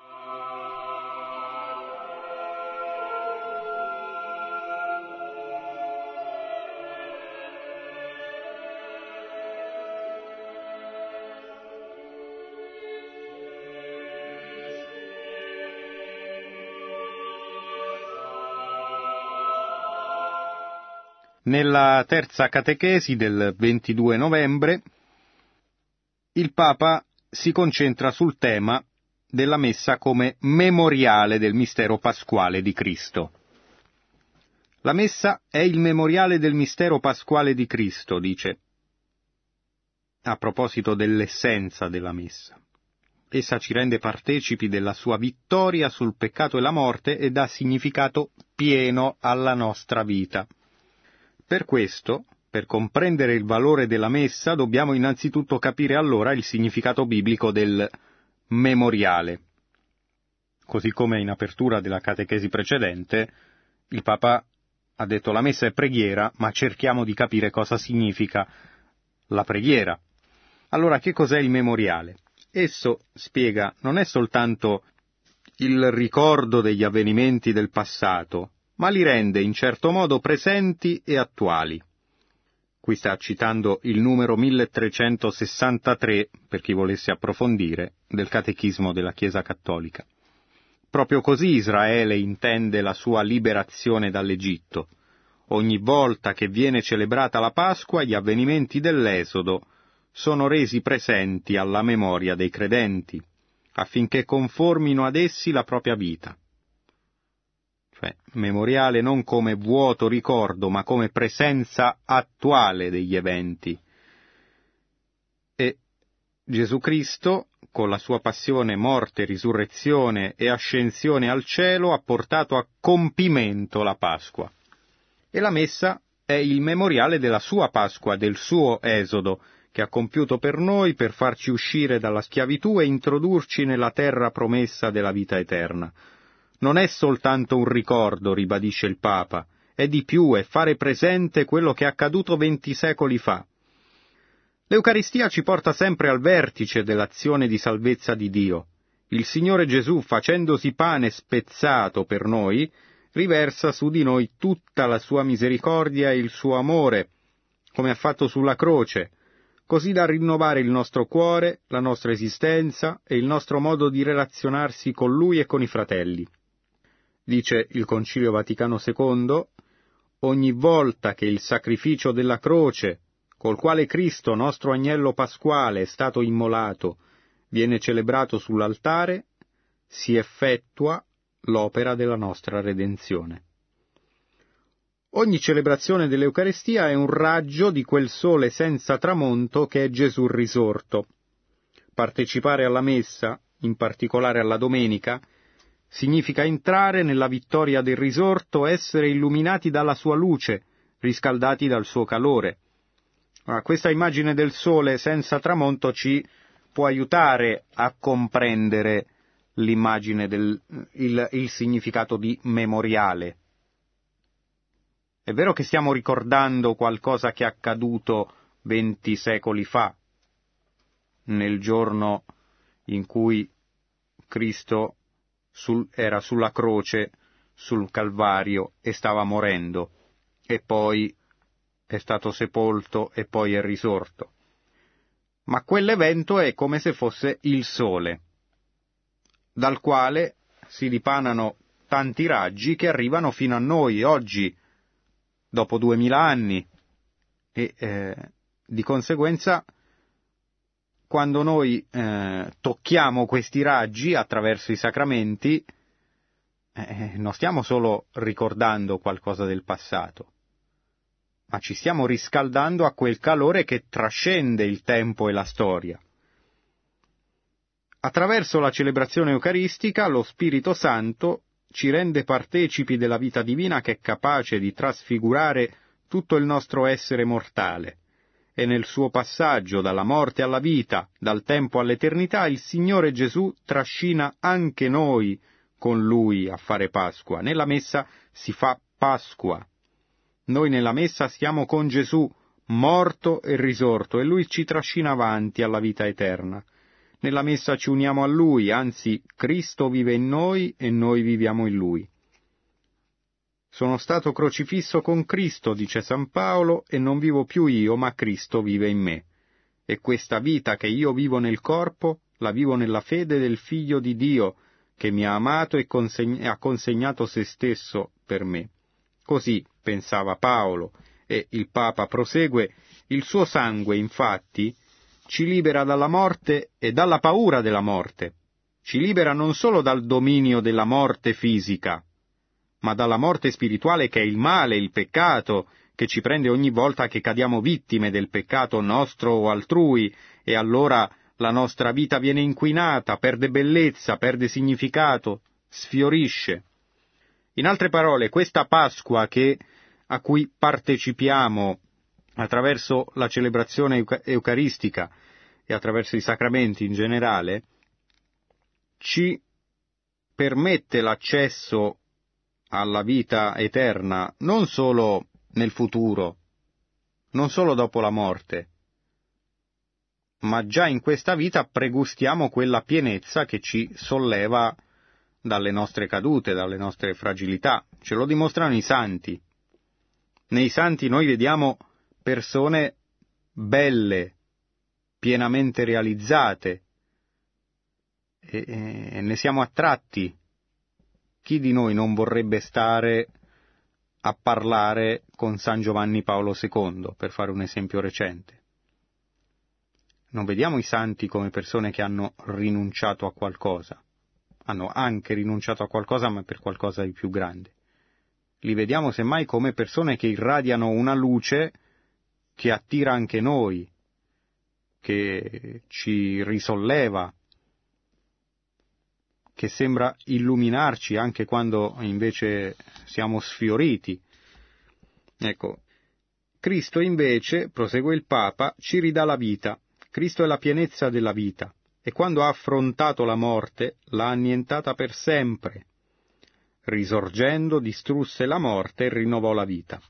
Nella terza catechesi del 22 novembre il Papa si concentra sul tema della Messa come memoriale del mistero pasquale di Cristo. La Messa è il memoriale del mistero pasquale di Cristo, dice, a proposito dell'essenza della Messa. Essa ci rende partecipi della sua vittoria sul peccato e la morte e dà significato pieno alla nostra vita. Per questo, per comprendere il valore della Messa, dobbiamo innanzitutto capire allora il significato biblico del memoriale. Così come in apertura della catechesi precedente, il Papa ha detto la Messa è preghiera, ma cerchiamo di capire cosa significa la preghiera. Allora, che cos'è il memoriale? Esso, spiega, non è soltanto il ricordo degli avvenimenti del passato, ma li rende in certo modo presenti e attuali. Qui sta citando il numero 1363, per chi volesse approfondire, del Catechismo della Chiesa Cattolica. Proprio così Israele intende la sua liberazione dall'Egitto. Ogni volta che viene celebrata la Pasqua, gli avvenimenti dell'Esodo sono resi presenti alla memoria dei credenti, affinché conformino ad essi la propria vita. Cioè, memoriale non come vuoto ricordo, ma come presenza attuale degli eventi. E Gesù Cristo, con la sua passione, morte, risurrezione e ascensione al cielo, ha portato a compimento la Pasqua. E la Messa è il memoriale della sua Pasqua, del suo Esodo, che ha compiuto per noi per farci uscire dalla schiavitù e introdurci nella terra promessa della vita eterna. Non è soltanto un ricordo, ribadisce il Papa, è di più, è fare presente quello che è accaduto 20 secoli fa. L'Eucaristia ci porta sempre al vertice dell'azione di salvezza di Dio. Il Signore Gesù, facendosi pane spezzato per noi, riversa su di noi tutta la sua misericordia e il suo amore, come ha fatto sulla croce, così da rinnovare il nostro cuore, la nostra esistenza e il nostro modo di relazionarsi con Lui e con i fratelli. Dice il Concilio Vaticano II, ogni volta che il sacrificio della croce, col quale Cristo, nostro agnello pasquale, è stato immolato, viene celebrato sull'altare, si effettua l'opera della nostra redenzione. Ogni celebrazione dell'Eucaristia è un raggio di quel sole senza tramonto che è Gesù risorto. Partecipare alla Messa, in particolare alla Domenica, significa entrare nella vittoria del risorto, essere illuminati dalla sua luce, riscaldati dal suo calore. Questa immagine del sole senza tramonto ci può aiutare a comprendere l'immagine il significato di memoriale. È vero che stiamo ricordando qualcosa che è accaduto 20 secoli fa, nel giorno in cui Cristo era sulla croce, sul Calvario, e stava morendo, e poi è stato sepolto e poi è risorto. Ma quell'evento è come se fosse il sole, dal quale si dipanano tanti raggi che arrivano fino a noi oggi, dopo 2000 anni, e di conseguenza quando noi tocchiamo questi raggi attraverso i sacramenti, non stiamo solo ricordando qualcosa del passato, ma ci stiamo riscaldando a quel calore che trascende il tempo e la storia. Attraverso la celebrazione eucaristica, lo Spirito Santo ci rende partecipi della vita divina che è capace di trasfigurare tutto il nostro essere mortale. E nel suo passaggio dalla morte alla vita, dal tempo all'eternità, il Signore Gesù trascina anche noi con Lui a fare Pasqua. Nella Messa si fa Pasqua. Noi nella Messa siamo con Gesù, morto e risorto, e Lui ci trascina avanti alla vita eterna. Nella Messa ci uniamo a Lui, anzi, Cristo vive in noi e noi viviamo in Lui. Sono stato crocifisso con Cristo, dice San Paolo, e non vivo più io, ma Cristo vive in me. E questa vita che io vivo nel corpo, la vivo nella fede del Figlio di Dio, che mi ha amato e ha consegnato se stesso per me. Così pensava Paolo, e il Papa prosegue, il suo sangue, infatti, ci libera dalla morte e dalla paura della morte. Ci libera non solo dal dominio della morte fisica, ma dalla morte spirituale che è il male, il peccato, che ci prende ogni volta che cadiamo vittime del peccato nostro o altrui, e allora la nostra vita viene inquinata, perde bellezza, perde significato, sfiorisce. In altre parole, questa Pasqua a cui partecipiamo attraverso la celebrazione eucaristica e attraverso i sacramenti in generale, ci permette l'accesso alla vita eterna non solo nel futuro, non solo dopo la morte, ma già in questa vita pregustiamo quella pienezza che ci solleva dalle nostre cadute, dalle nostre fragilità. Ce lo dimostrano i santi. Nei santi noi vediamo persone belle, pienamente realizzate, e ne siamo attratti. Chi di noi non vorrebbe stare a parlare con San Giovanni Paolo II, per fare un esempio recente? Non vediamo i santi come persone che hanno rinunciato a qualcosa. Hanno anche rinunciato a qualcosa, ma per qualcosa di più grande. Li vediamo semmai come persone che irradiano una luce che attira anche noi, che ci risolleva, che sembra illuminarci anche quando invece siamo sfioriti. Ecco, Cristo invece, prosegue il Papa, ci ridà la vita. Cristo è la pienezza della vita, e quando ha affrontato la morte l'ha annientata per sempre. Risorgendo, distrusse la morte e rinnovò la vita.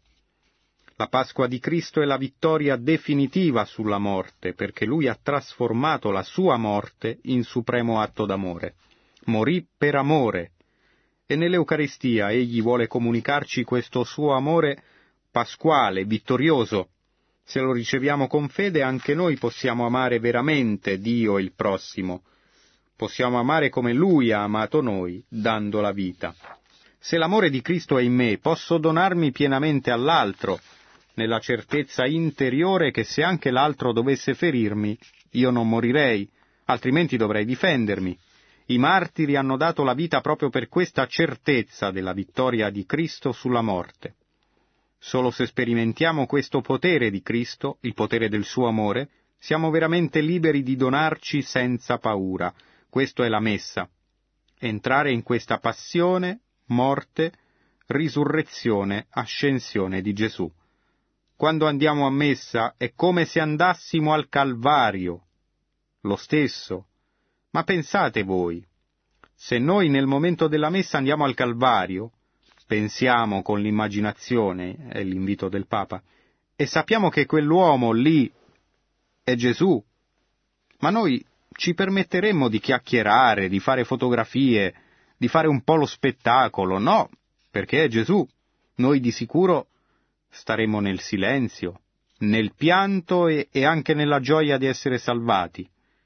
La Pasqua di Cristo è la vittoria definitiva sulla morte, perché Lui ha trasformato la sua morte in supremo atto d'amore. Morì per amore, e nell'Eucaristia Egli vuole comunicarci questo suo amore pasquale, vittorioso. Se lo riceviamo con fede, anche noi possiamo amare veramente Dio e il prossimo. Possiamo amare come Lui ha amato noi, dando la vita. Se l'amore di Cristo è in me, posso donarmi pienamente all'altro, nella certezza interiore che se anche l'altro dovesse ferirmi, io non morirei, altrimenti dovrei difendermi. I martiri hanno dato la vita proprio per questa certezza della vittoria di Cristo sulla morte. Solo se sperimentiamo questo potere di Cristo, il potere del suo amore, siamo veramente liberi di donarci senza paura. Questo è la messa. Entrare in questa passione, morte, risurrezione, ascensione di Gesù. Quando andiamo a messa è come se andassimo al Calvario. Lo stesso. Ma pensate voi, se noi nel momento della messa andiamo al Calvario, pensiamo con l'immaginazione, è l'invito del Papa, e sappiamo che quell'uomo lì è Gesù, ma noi ci permetteremmo di chiacchierare, di fare fotografie, di fare un po' lo spettacolo? No, perché è Gesù. Noi di sicuro staremo nel silenzio, nel pianto e anche nella gioia di essere salvati.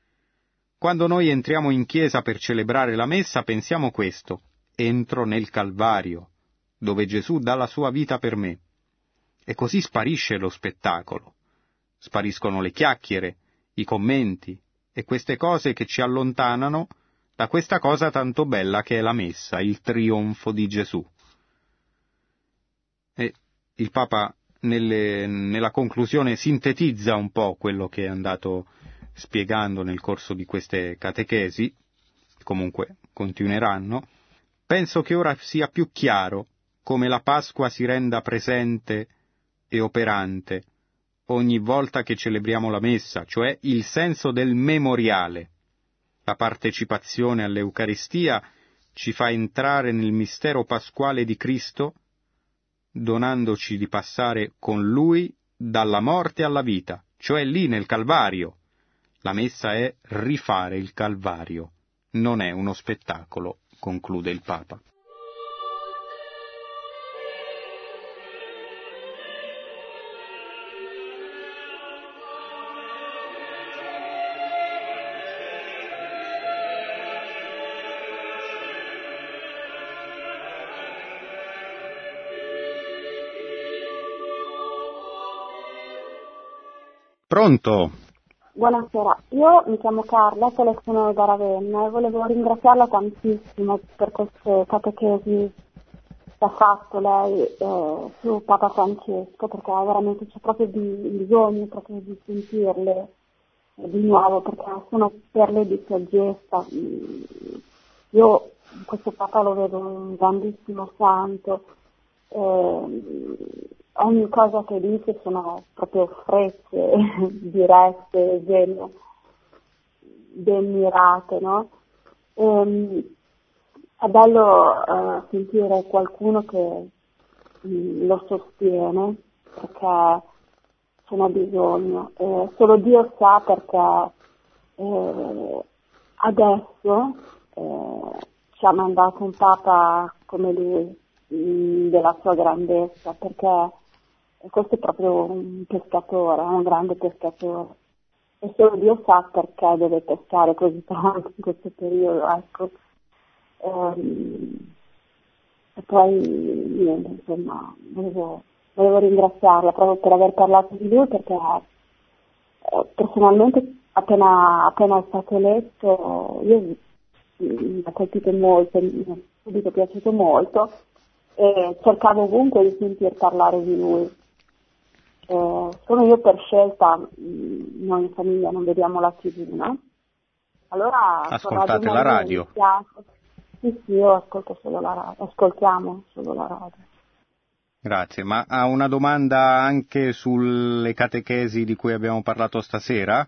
Quando noi entriamo in chiesa per celebrare la messa, pensiamo questo: entro nel Calvario, dove Gesù dà la sua vita per me. E così sparisce lo spettacolo. Spariscono le chiacchiere, i commenti e queste cose che ci allontanano da questa cosa tanto bella che è la messa, il trionfo di Gesù. E il Papa nella conclusione sintetizza un po' quello che è andato spiegando nel corso di queste catechesi, comunque continueranno. Penso che ora sia più chiaro come la Pasqua si renda presente e operante ogni volta che celebriamo la messa, cioè il senso del memoriale. La partecipazione all'Eucaristia ci fa entrare nel mistero pasquale di Cristo, donandoci di passare con Lui dalla morte alla vita, cioè lì nel Calvario. La messa è rifare il Calvario, non è uno spettacolo, conclude il Papa. Pronto? Buonasera, io mi chiamo Carla, telefono da Ravenna e volevo ringraziarla tantissimo per queste catechesi che ha fatto lei su Papa Francesco, perché veramente c'è proprio bisogno proprio di sentirle di nuovo, perché sono perle di saggezza. Io questo Papa lo vedo un grandissimo santo. Ogni cosa che dice sono proprio frecce, dirette, ben mirate, no? È bello sentire qualcuno che lo sostiene, perché ce n'è bisogno. Solo Dio sa perché adesso ci ha mandato un Papa come lui, della sua grandezza, perché questo è proprio un pescatore, un grande pescatore. E solo Dio sa perché deve pescare così tanto in questo periodo, ecco. E poi niente, insomma, volevo ringraziarla proprio per aver parlato di lui, perché personalmente appena è stato eletto io mi ha colpito molto, mi è subito piaciuto molto e cercavo ovunque di sentir parlare di lui. Sono io per scelta, noi in famiglia non vediamo la TV, no? Allora ascoltate la radio. Sì, io ascolto solo la radio, ascoltiamo solo la radio. Grazie, ma ha una domanda anche sulle catechesi di cui abbiamo parlato stasera?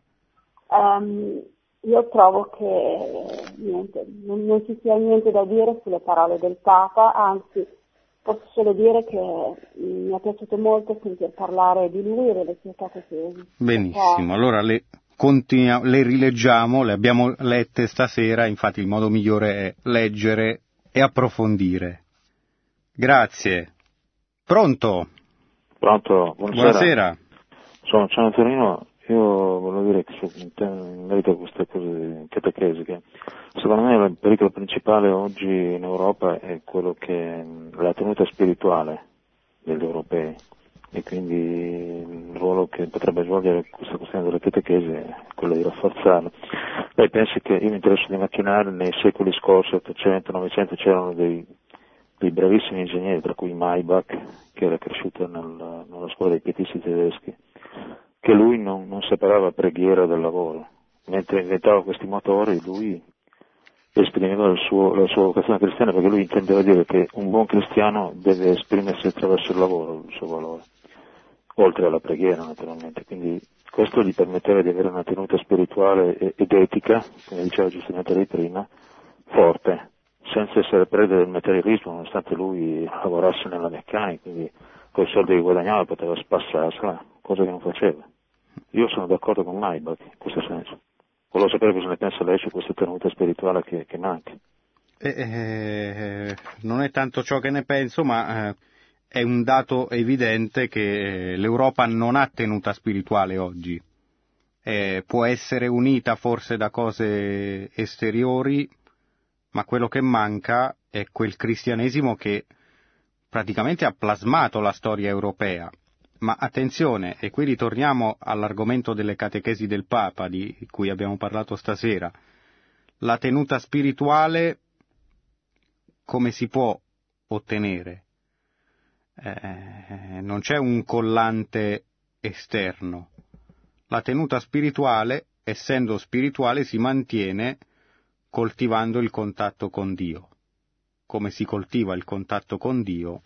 Io trovo che niente, non ci sia niente da dire sulle parole del Papa, anzi posso solo dire che mi è piaciuto molto sentir parlare di lui e delle sue catechesi. Benissimo, allora le rileggiamo, le abbiamo lette stasera, infatti il modo migliore è leggere e approfondire. Grazie. Pronto? Pronto, buonasera. Sono Ciano Torino. Io volevo dire che in merito a queste cose di catechesi, che secondo me il pericolo principale oggi in Europa è quello che è la tenuta spirituale degli europei, e quindi il ruolo che potrebbe svolgere questa questione delle catechesi è quello di rafforzarlo. Lei pensi che io mi interesso di macchinare, nei secoli scorsi, 800, 900, c'erano dei bravissimi ingegneri, tra cui Maybach, che era cresciuto nella scuola dei pietisti tedeschi, che lui non separava preghiera dal lavoro. Mentre inventava questi motori, lui esprimeva la sua vocazione cristiana, perché lui intendeva dire che un buon cristiano deve esprimersi attraverso il lavoro, il suo valore, oltre alla preghiera naturalmente. Quindi questo gli permetteva di avere una tenuta spirituale ed etica, come diceva giustamente lei prima, forte, senza essere preda del materialismo, nonostante lui lavorasse nella meccanica, quindi con i soldi che guadagnava poteva spassarsela, cosa che non faceva. Io sono d'accordo con Maybach in questo senso. Volevo sapere cosa ne pensa lei su questa tenuta spirituale che manca. Non è tanto ciò che ne penso, ma è un dato evidente che l'Europa non ha tenuta spirituale oggi. Può essere unita forse da cose esteriori, ma quello che manca è quel cristianesimo che praticamente ha plasmato la storia europea. Ma attenzione, e qui ritorniamo all'argomento delle catechesi del Papa di cui abbiamo parlato stasera. La tenuta spirituale come si può ottenere? Non c'è un collante esterno. La tenuta spirituale, essendo spirituale, si mantiene coltivando il contatto con Dio. Come si coltiva il contatto con Dio?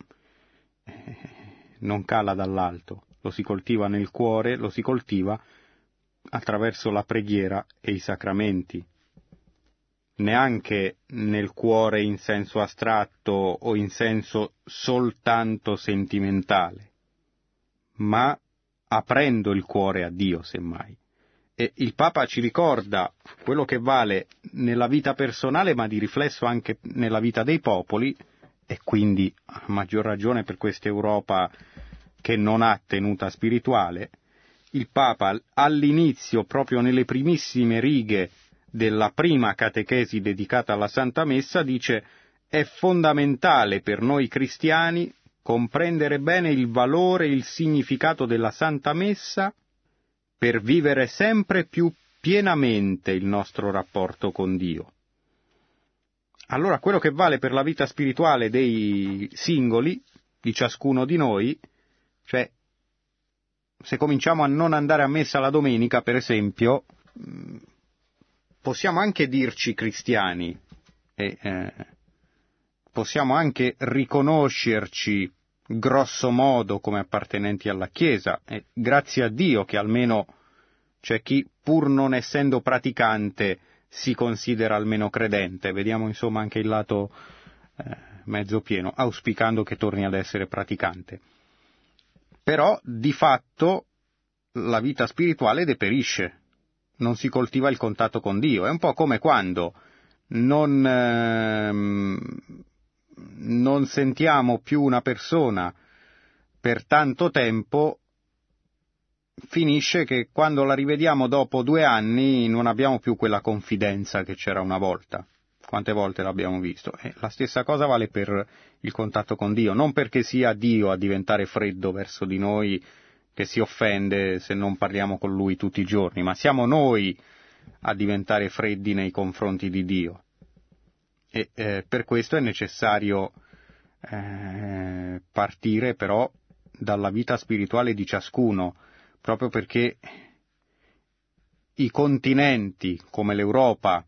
Non cala dall'alto, lo si coltiva nel cuore, lo si coltiva attraverso la preghiera e i sacramenti. Neanche nel cuore in senso astratto o in senso soltanto sentimentale, ma aprendo il cuore a Dio, semmai. E il Papa ci ricorda quello che vale nella vita personale, ma di riflesso anche nella vita dei popoli, e quindi a maggior ragione per questa Europa che non ha tenuta spirituale. Il Papa all'inizio, proprio nelle primissime righe della prima catechesi dedicata alla Santa Messa, dice: è fondamentale per noi cristiani comprendere bene il valore e il significato della Santa Messa per vivere sempre più pienamente il nostro rapporto con Dio. Allora quello che vale per la vita spirituale dei singoli, di ciascuno di noi, cioè se cominciamo a non andare a messa la domenica, per esempio, possiamo anche dirci cristiani, possiamo anche riconoscerci grosso modo come appartenenti alla Chiesa, e grazie a Dio che almeno c'è chi, pur non essendo praticante, si considera almeno credente. Vediamo insomma anche il lato mezzo pieno, auspicando che torni ad essere praticante. Però di fatto la vita spirituale deperisce, non si coltiva il contatto con Dio. È un po' come quando non sentiamo più una persona per tanto tempo, finisce che quando la rivediamo dopo 2 anni non abbiamo più quella confidenza che c'era una volta. Quante volte l'abbiamo visto? La stessa cosa vale per il contatto con Dio, non perché sia Dio a diventare freddo verso di noi, che si offende se non parliamo con Lui tutti i giorni, ma siamo noi a diventare freddi nei confronti di Dio. E per questo è necessario partire però dalla vita spirituale di ciascuno, proprio perché i continenti come l'Europa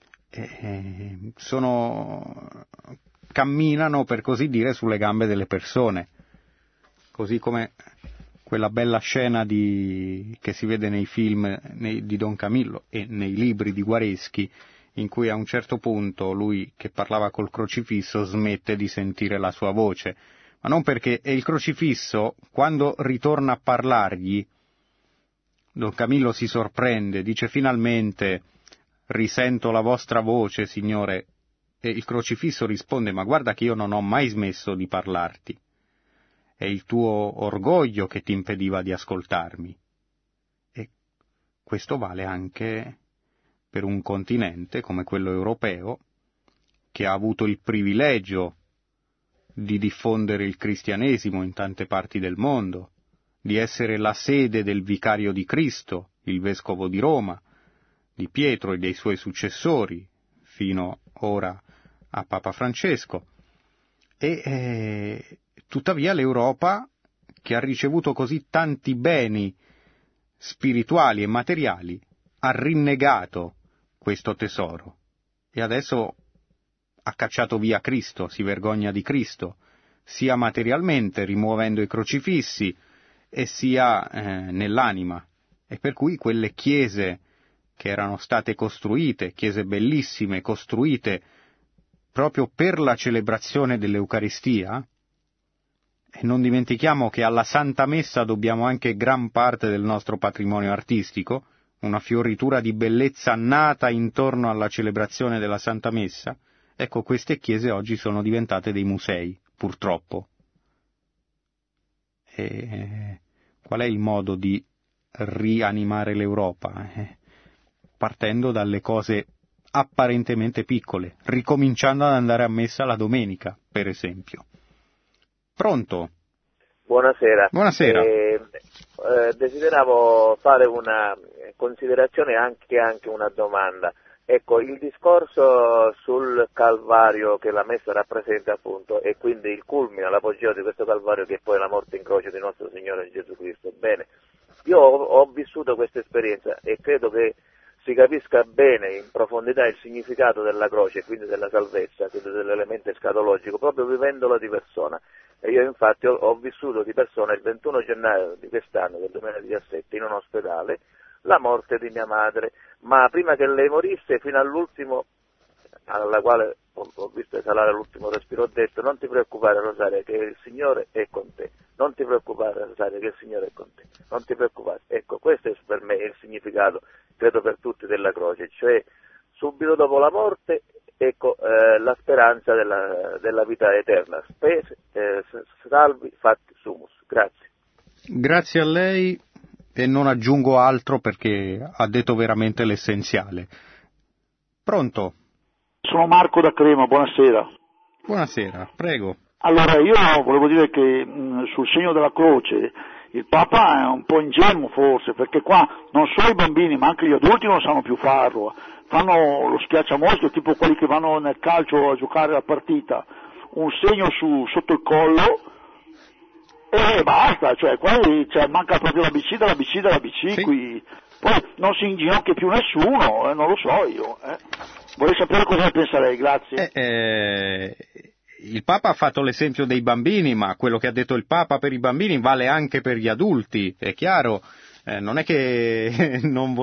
camminano, per così dire, sulle gambe delle persone, così come quella bella scena che si vede nei film di Don Camillo e nei libri di Guareschi, in cui a un certo punto lui, che parlava col crocifisso, smette di sentire la sua voce, ma non perché è il crocifisso, quando ritorna a parlargli, Don Camillo si sorprende, dice: finalmente risento la vostra voce, Signore, e il crocifisso risponde: ma guarda che io non ho mai smesso di parlarti, è il tuo orgoglio che ti impediva di ascoltarmi. E questo vale anche per un continente come quello europeo, che ha avuto il privilegio di diffondere il cristianesimo in tante parti del mondo, di essere la sede del vicario di Cristo, il vescovo di Roma, di Pietro e dei suoi successori, fino ora a Papa Francesco. E tuttavia l'Europa, che ha ricevuto così tanti beni spirituali e materiali, ha rinnegato questo tesoro e adesso ha cacciato via Cristo, si vergogna di Cristo, sia materialmente, rimuovendo i crocifissi, e sia nell'anima. E per cui quelle chiese che erano state costruite, chiese bellissime, costruite proprio per la celebrazione dell'Eucaristia, e non dimentichiamo che alla Santa Messa dobbiamo anche gran parte del nostro patrimonio artistico, una fioritura di bellezza nata intorno alla celebrazione della Santa Messa. Ecco, queste chiese oggi sono diventate dei musei, purtroppo. E qual è il modo di rianimare l'Europa? Partendo dalle cose apparentemente piccole, ricominciando ad andare a messa la domenica, per esempio. Pronto? Buonasera. Buonasera. Desideravo fare una considerazione e anche una domanda. Ecco, il discorso sul Calvario che la Messa rappresenta appunto, e quindi il culmine, l'apogeo di questo Calvario che è poi la morte in croce di nostro Signore Gesù Cristo. Bene, io ho vissuto questa esperienza e credo che si capisca bene in profondità il significato della croce, quindi della salvezza, quindi dell'elemento escatologico, proprio vivendolo di persona. E io infatti ho vissuto di persona il 21 gennaio di quest'anno, del 2017, in un ospedale, la morte di mia madre, ma prima che lei morisse, fino all'ultimo, alla quale ho visto esalare l'ultimo respiro, ho detto: non ti preoccupare, Rosaria, che il Signore è con te, non ti preoccupare, Rosaria, che il Signore è con te, non ti preoccupare. Ecco, questo è per me il significato, credo per tutti, della croce, cioè subito dopo la morte, ecco, la speranza della vita eterna. Salvi fatti sumus. Grazie. Grazie a lei, e non aggiungo altro perché ha detto veramente l'essenziale. Pronto? Sono Marco da Crema, buonasera. Buonasera, prego. Allora, io volevo dire che sul segno della croce il Papa è un po' ingenuo forse, perché qua non solo i bambini ma anche gli adulti non sanno più farlo, fanno lo schiacciamosche, tipo quelli che vanno nel calcio a giocare la partita, un segno sotto il collo e basta, cioè qua manca proprio l'ABC Sì. qui. Poi non si inginocchia più nessuno, non lo so io. Vorrei sapere cosa ne pensa lei, grazie. Il Papa ha fatto l'esempio dei bambini, ma quello che ha detto il Papa per i bambini vale anche per gli adulti, è chiaro. Non è che non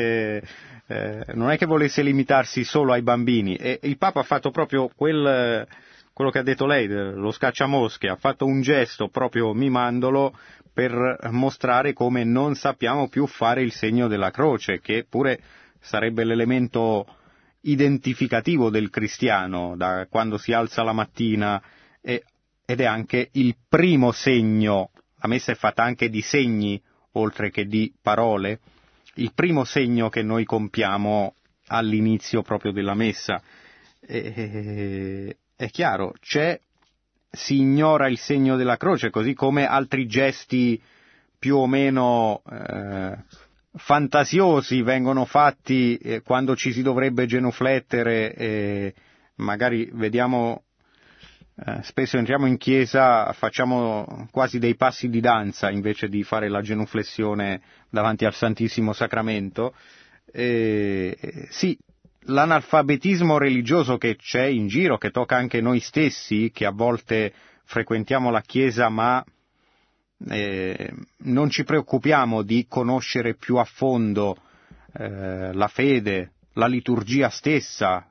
è che volesse limitarsi solo ai bambini. E il Papa ha fatto proprio quello che ha detto lei, lo scacciamosche, ha fatto un gesto proprio mimandolo per mostrare come non sappiamo più fare il segno della croce, che pure sarebbe l'elemento identificativo del cristiano, da quando si alza la mattina, ed è anche il primo segno. La messa è fatta anche di segni, oltre che di parole, il primo segno che noi compiamo all'inizio proprio della messa. È chiaro, si ignora il segno della croce, così come altri gesti più o meno fantasiosi vengono fatti quando ci si dovrebbe genuflettere, magari vediamo, spesso entriamo in chiesa, facciamo quasi dei passi di danza invece di fare la genuflessione davanti al Santissimo Sacramento. Sì, l'analfabetismo religioso che c'è in giro, che tocca anche noi stessi, che a volte frequentiamo la chiesa ma non ci preoccupiamo di conoscere più a fondo la fede, la liturgia stessa.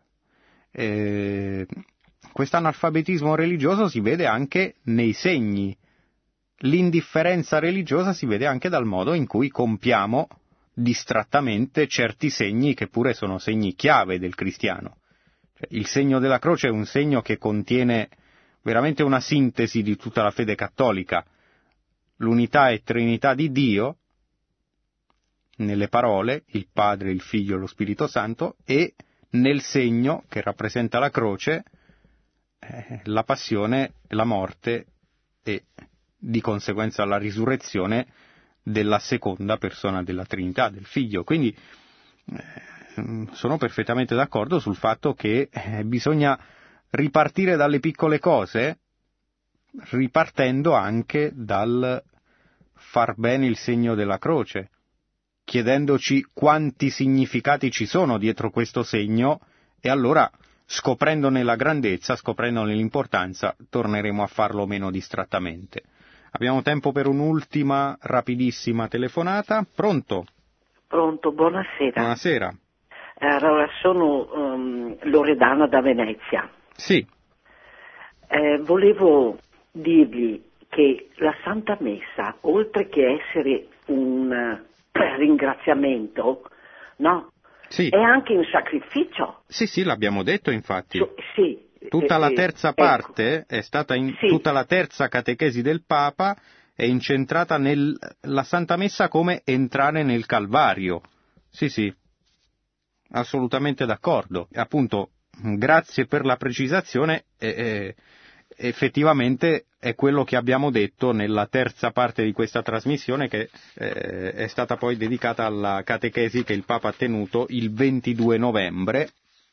Questo analfabetismo religioso si vede anche nei segni. L'indifferenza religiosa si vede anche dal modo in cui compiamo distrattamente certi segni che pure sono segni chiave del cristiano. Il segno della croce è un segno che contiene veramente una sintesi di tutta la fede cattolica, l'unità e trinità di Dio nelle parole, il Padre, il Figlio e lo Spirito Santo, e nel segno che rappresenta la croce, la passione, la morte e di conseguenza la risurrezione della seconda persona della Trinità, del Figlio. Quindi sono perfettamente d'accordo sul fatto che bisogna ripartire dalle piccole cose, ripartendo anche dal far bene il segno della croce, chiedendoci quanti significati ci sono dietro questo segno, e allora, scoprendone la grandezza, scoprendone l'importanza, torneremo a farlo meno distrattamente. Abbiamo tempo per un'ultima rapidissima telefonata. Pronto? Pronto, buonasera. Buonasera. Allora, sono Loredana da Venezia. Sì. Volevo dirgli che la Santa Messa, oltre che essere un ringraziamento, no? Sì. È anche un sacrificio. Sì, l'abbiamo detto infatti. Sì. Tutta la terza parte è stata sì. Tutta la terza catechesi del Papa è incentrata nella Santa Messa come entrare nel Calvario. Sì, assolutamente d'accordo. Appunto, grazie per la precisazione, effettivamente è quello che abbiamo detto nella terza parte di questa trasmissione, che è stata poi dedicata alla catechesi che il Papa ha tenuto il 22 novembre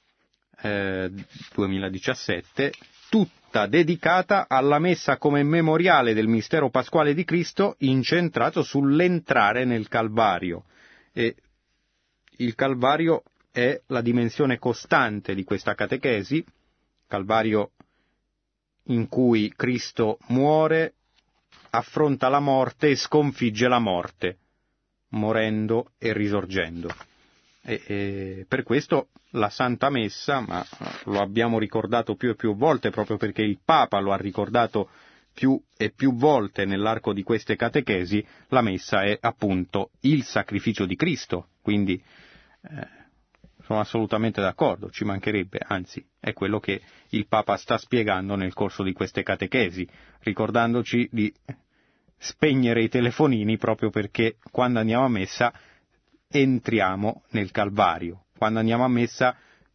2017, tutta dedicata alla messa come memoriale del mistero pasquale di Cristo, incentrato sull'entrare nel Calvario. E il Calvario è la dimensione costante di questa catechesi, Calvario in cui Cristo muore, affronta la morte e sconfigge la morte, morendo e risorgendo. E per questo la Santa Messa, ma lo abbiamo ricordato più e più volte proprio perché il Papa lo ha ricordato più e più volte nell'arco di queste catechesi, la Messa è appunto il sacrificio di Cristo, quindi sono assolutamente d'accordo, ci mancherebbe, anzi è quello che il Papa sta spiegando nel corso di queste catechesi, ricordandoci di spegnere i telefonini proprio perché quando andiamo a Messa entriamo nel Calvario. Quando andiamo a Messa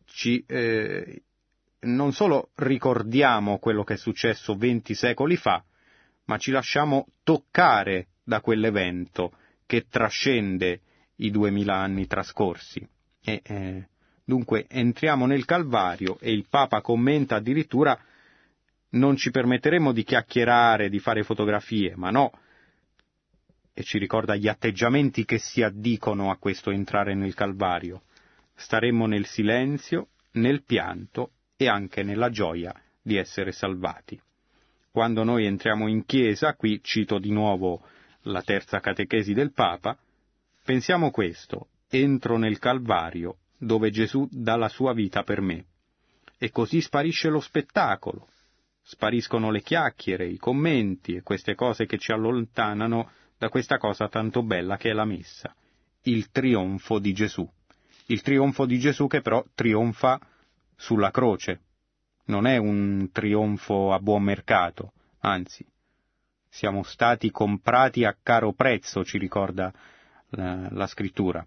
non solo ricordiamo quello che è successo 20 secoli fa, ma ci lasciamo toccare da quell'evento che trascende i 2000 anni trascorsi. Dunque entriamo nel Calvario e il Papa commenta addirittura: non ci permetteremo di chiacchierare, di fare fotografie, ma no, e ci ricorda gli atteggiamenti che si addicono a questo entrare nel Calvario. Staremmo nel silenzio, nel pianto e anche nella gioia di essere salvati. Quando noi entriamo in chiesa, qui cito di nuovo la terza catechesi del Papa, pensiamo questo: entro nel Calvario dove Gesù dà la sua vita per me. E così sparisce lo spettacolo, spariscono le chiacchiere, i commenti e queste cose che ci allontanano da questa cosa tanto bella che è la messa, il trionfo di Gesù. Il trionfo di Gesù che però trionfa sulla croce. Non è un trionfo a buon mercato, anzi, siamo stati comprati a caro prezzo, ci ricorda la scrittura.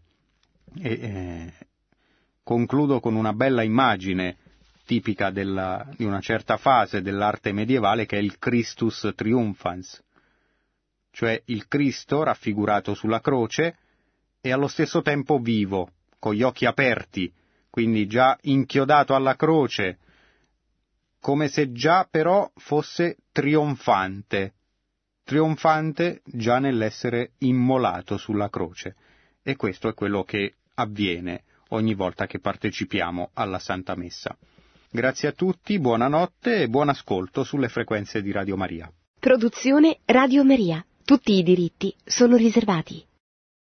Concludo con una bella immagine tipica di una certa fase dell'arte medievale, che è il Christus triumphans, cioè il Cristo raffigurato sulla croce e allo stesso tempo vivo, con gli occhi aperti, quindi già inchiodato alla croce, come se già però fosse trionfante già nell'essere immolato sulla croce. E questo è quello che avviene ogni volta che partecipiamo alla Santa Messa. Grazie a tutti, buonanotte e buon ascolto sulle frequenze di Radio Maria. Produzione Radio Maria. Tutti i diritti sono riservati.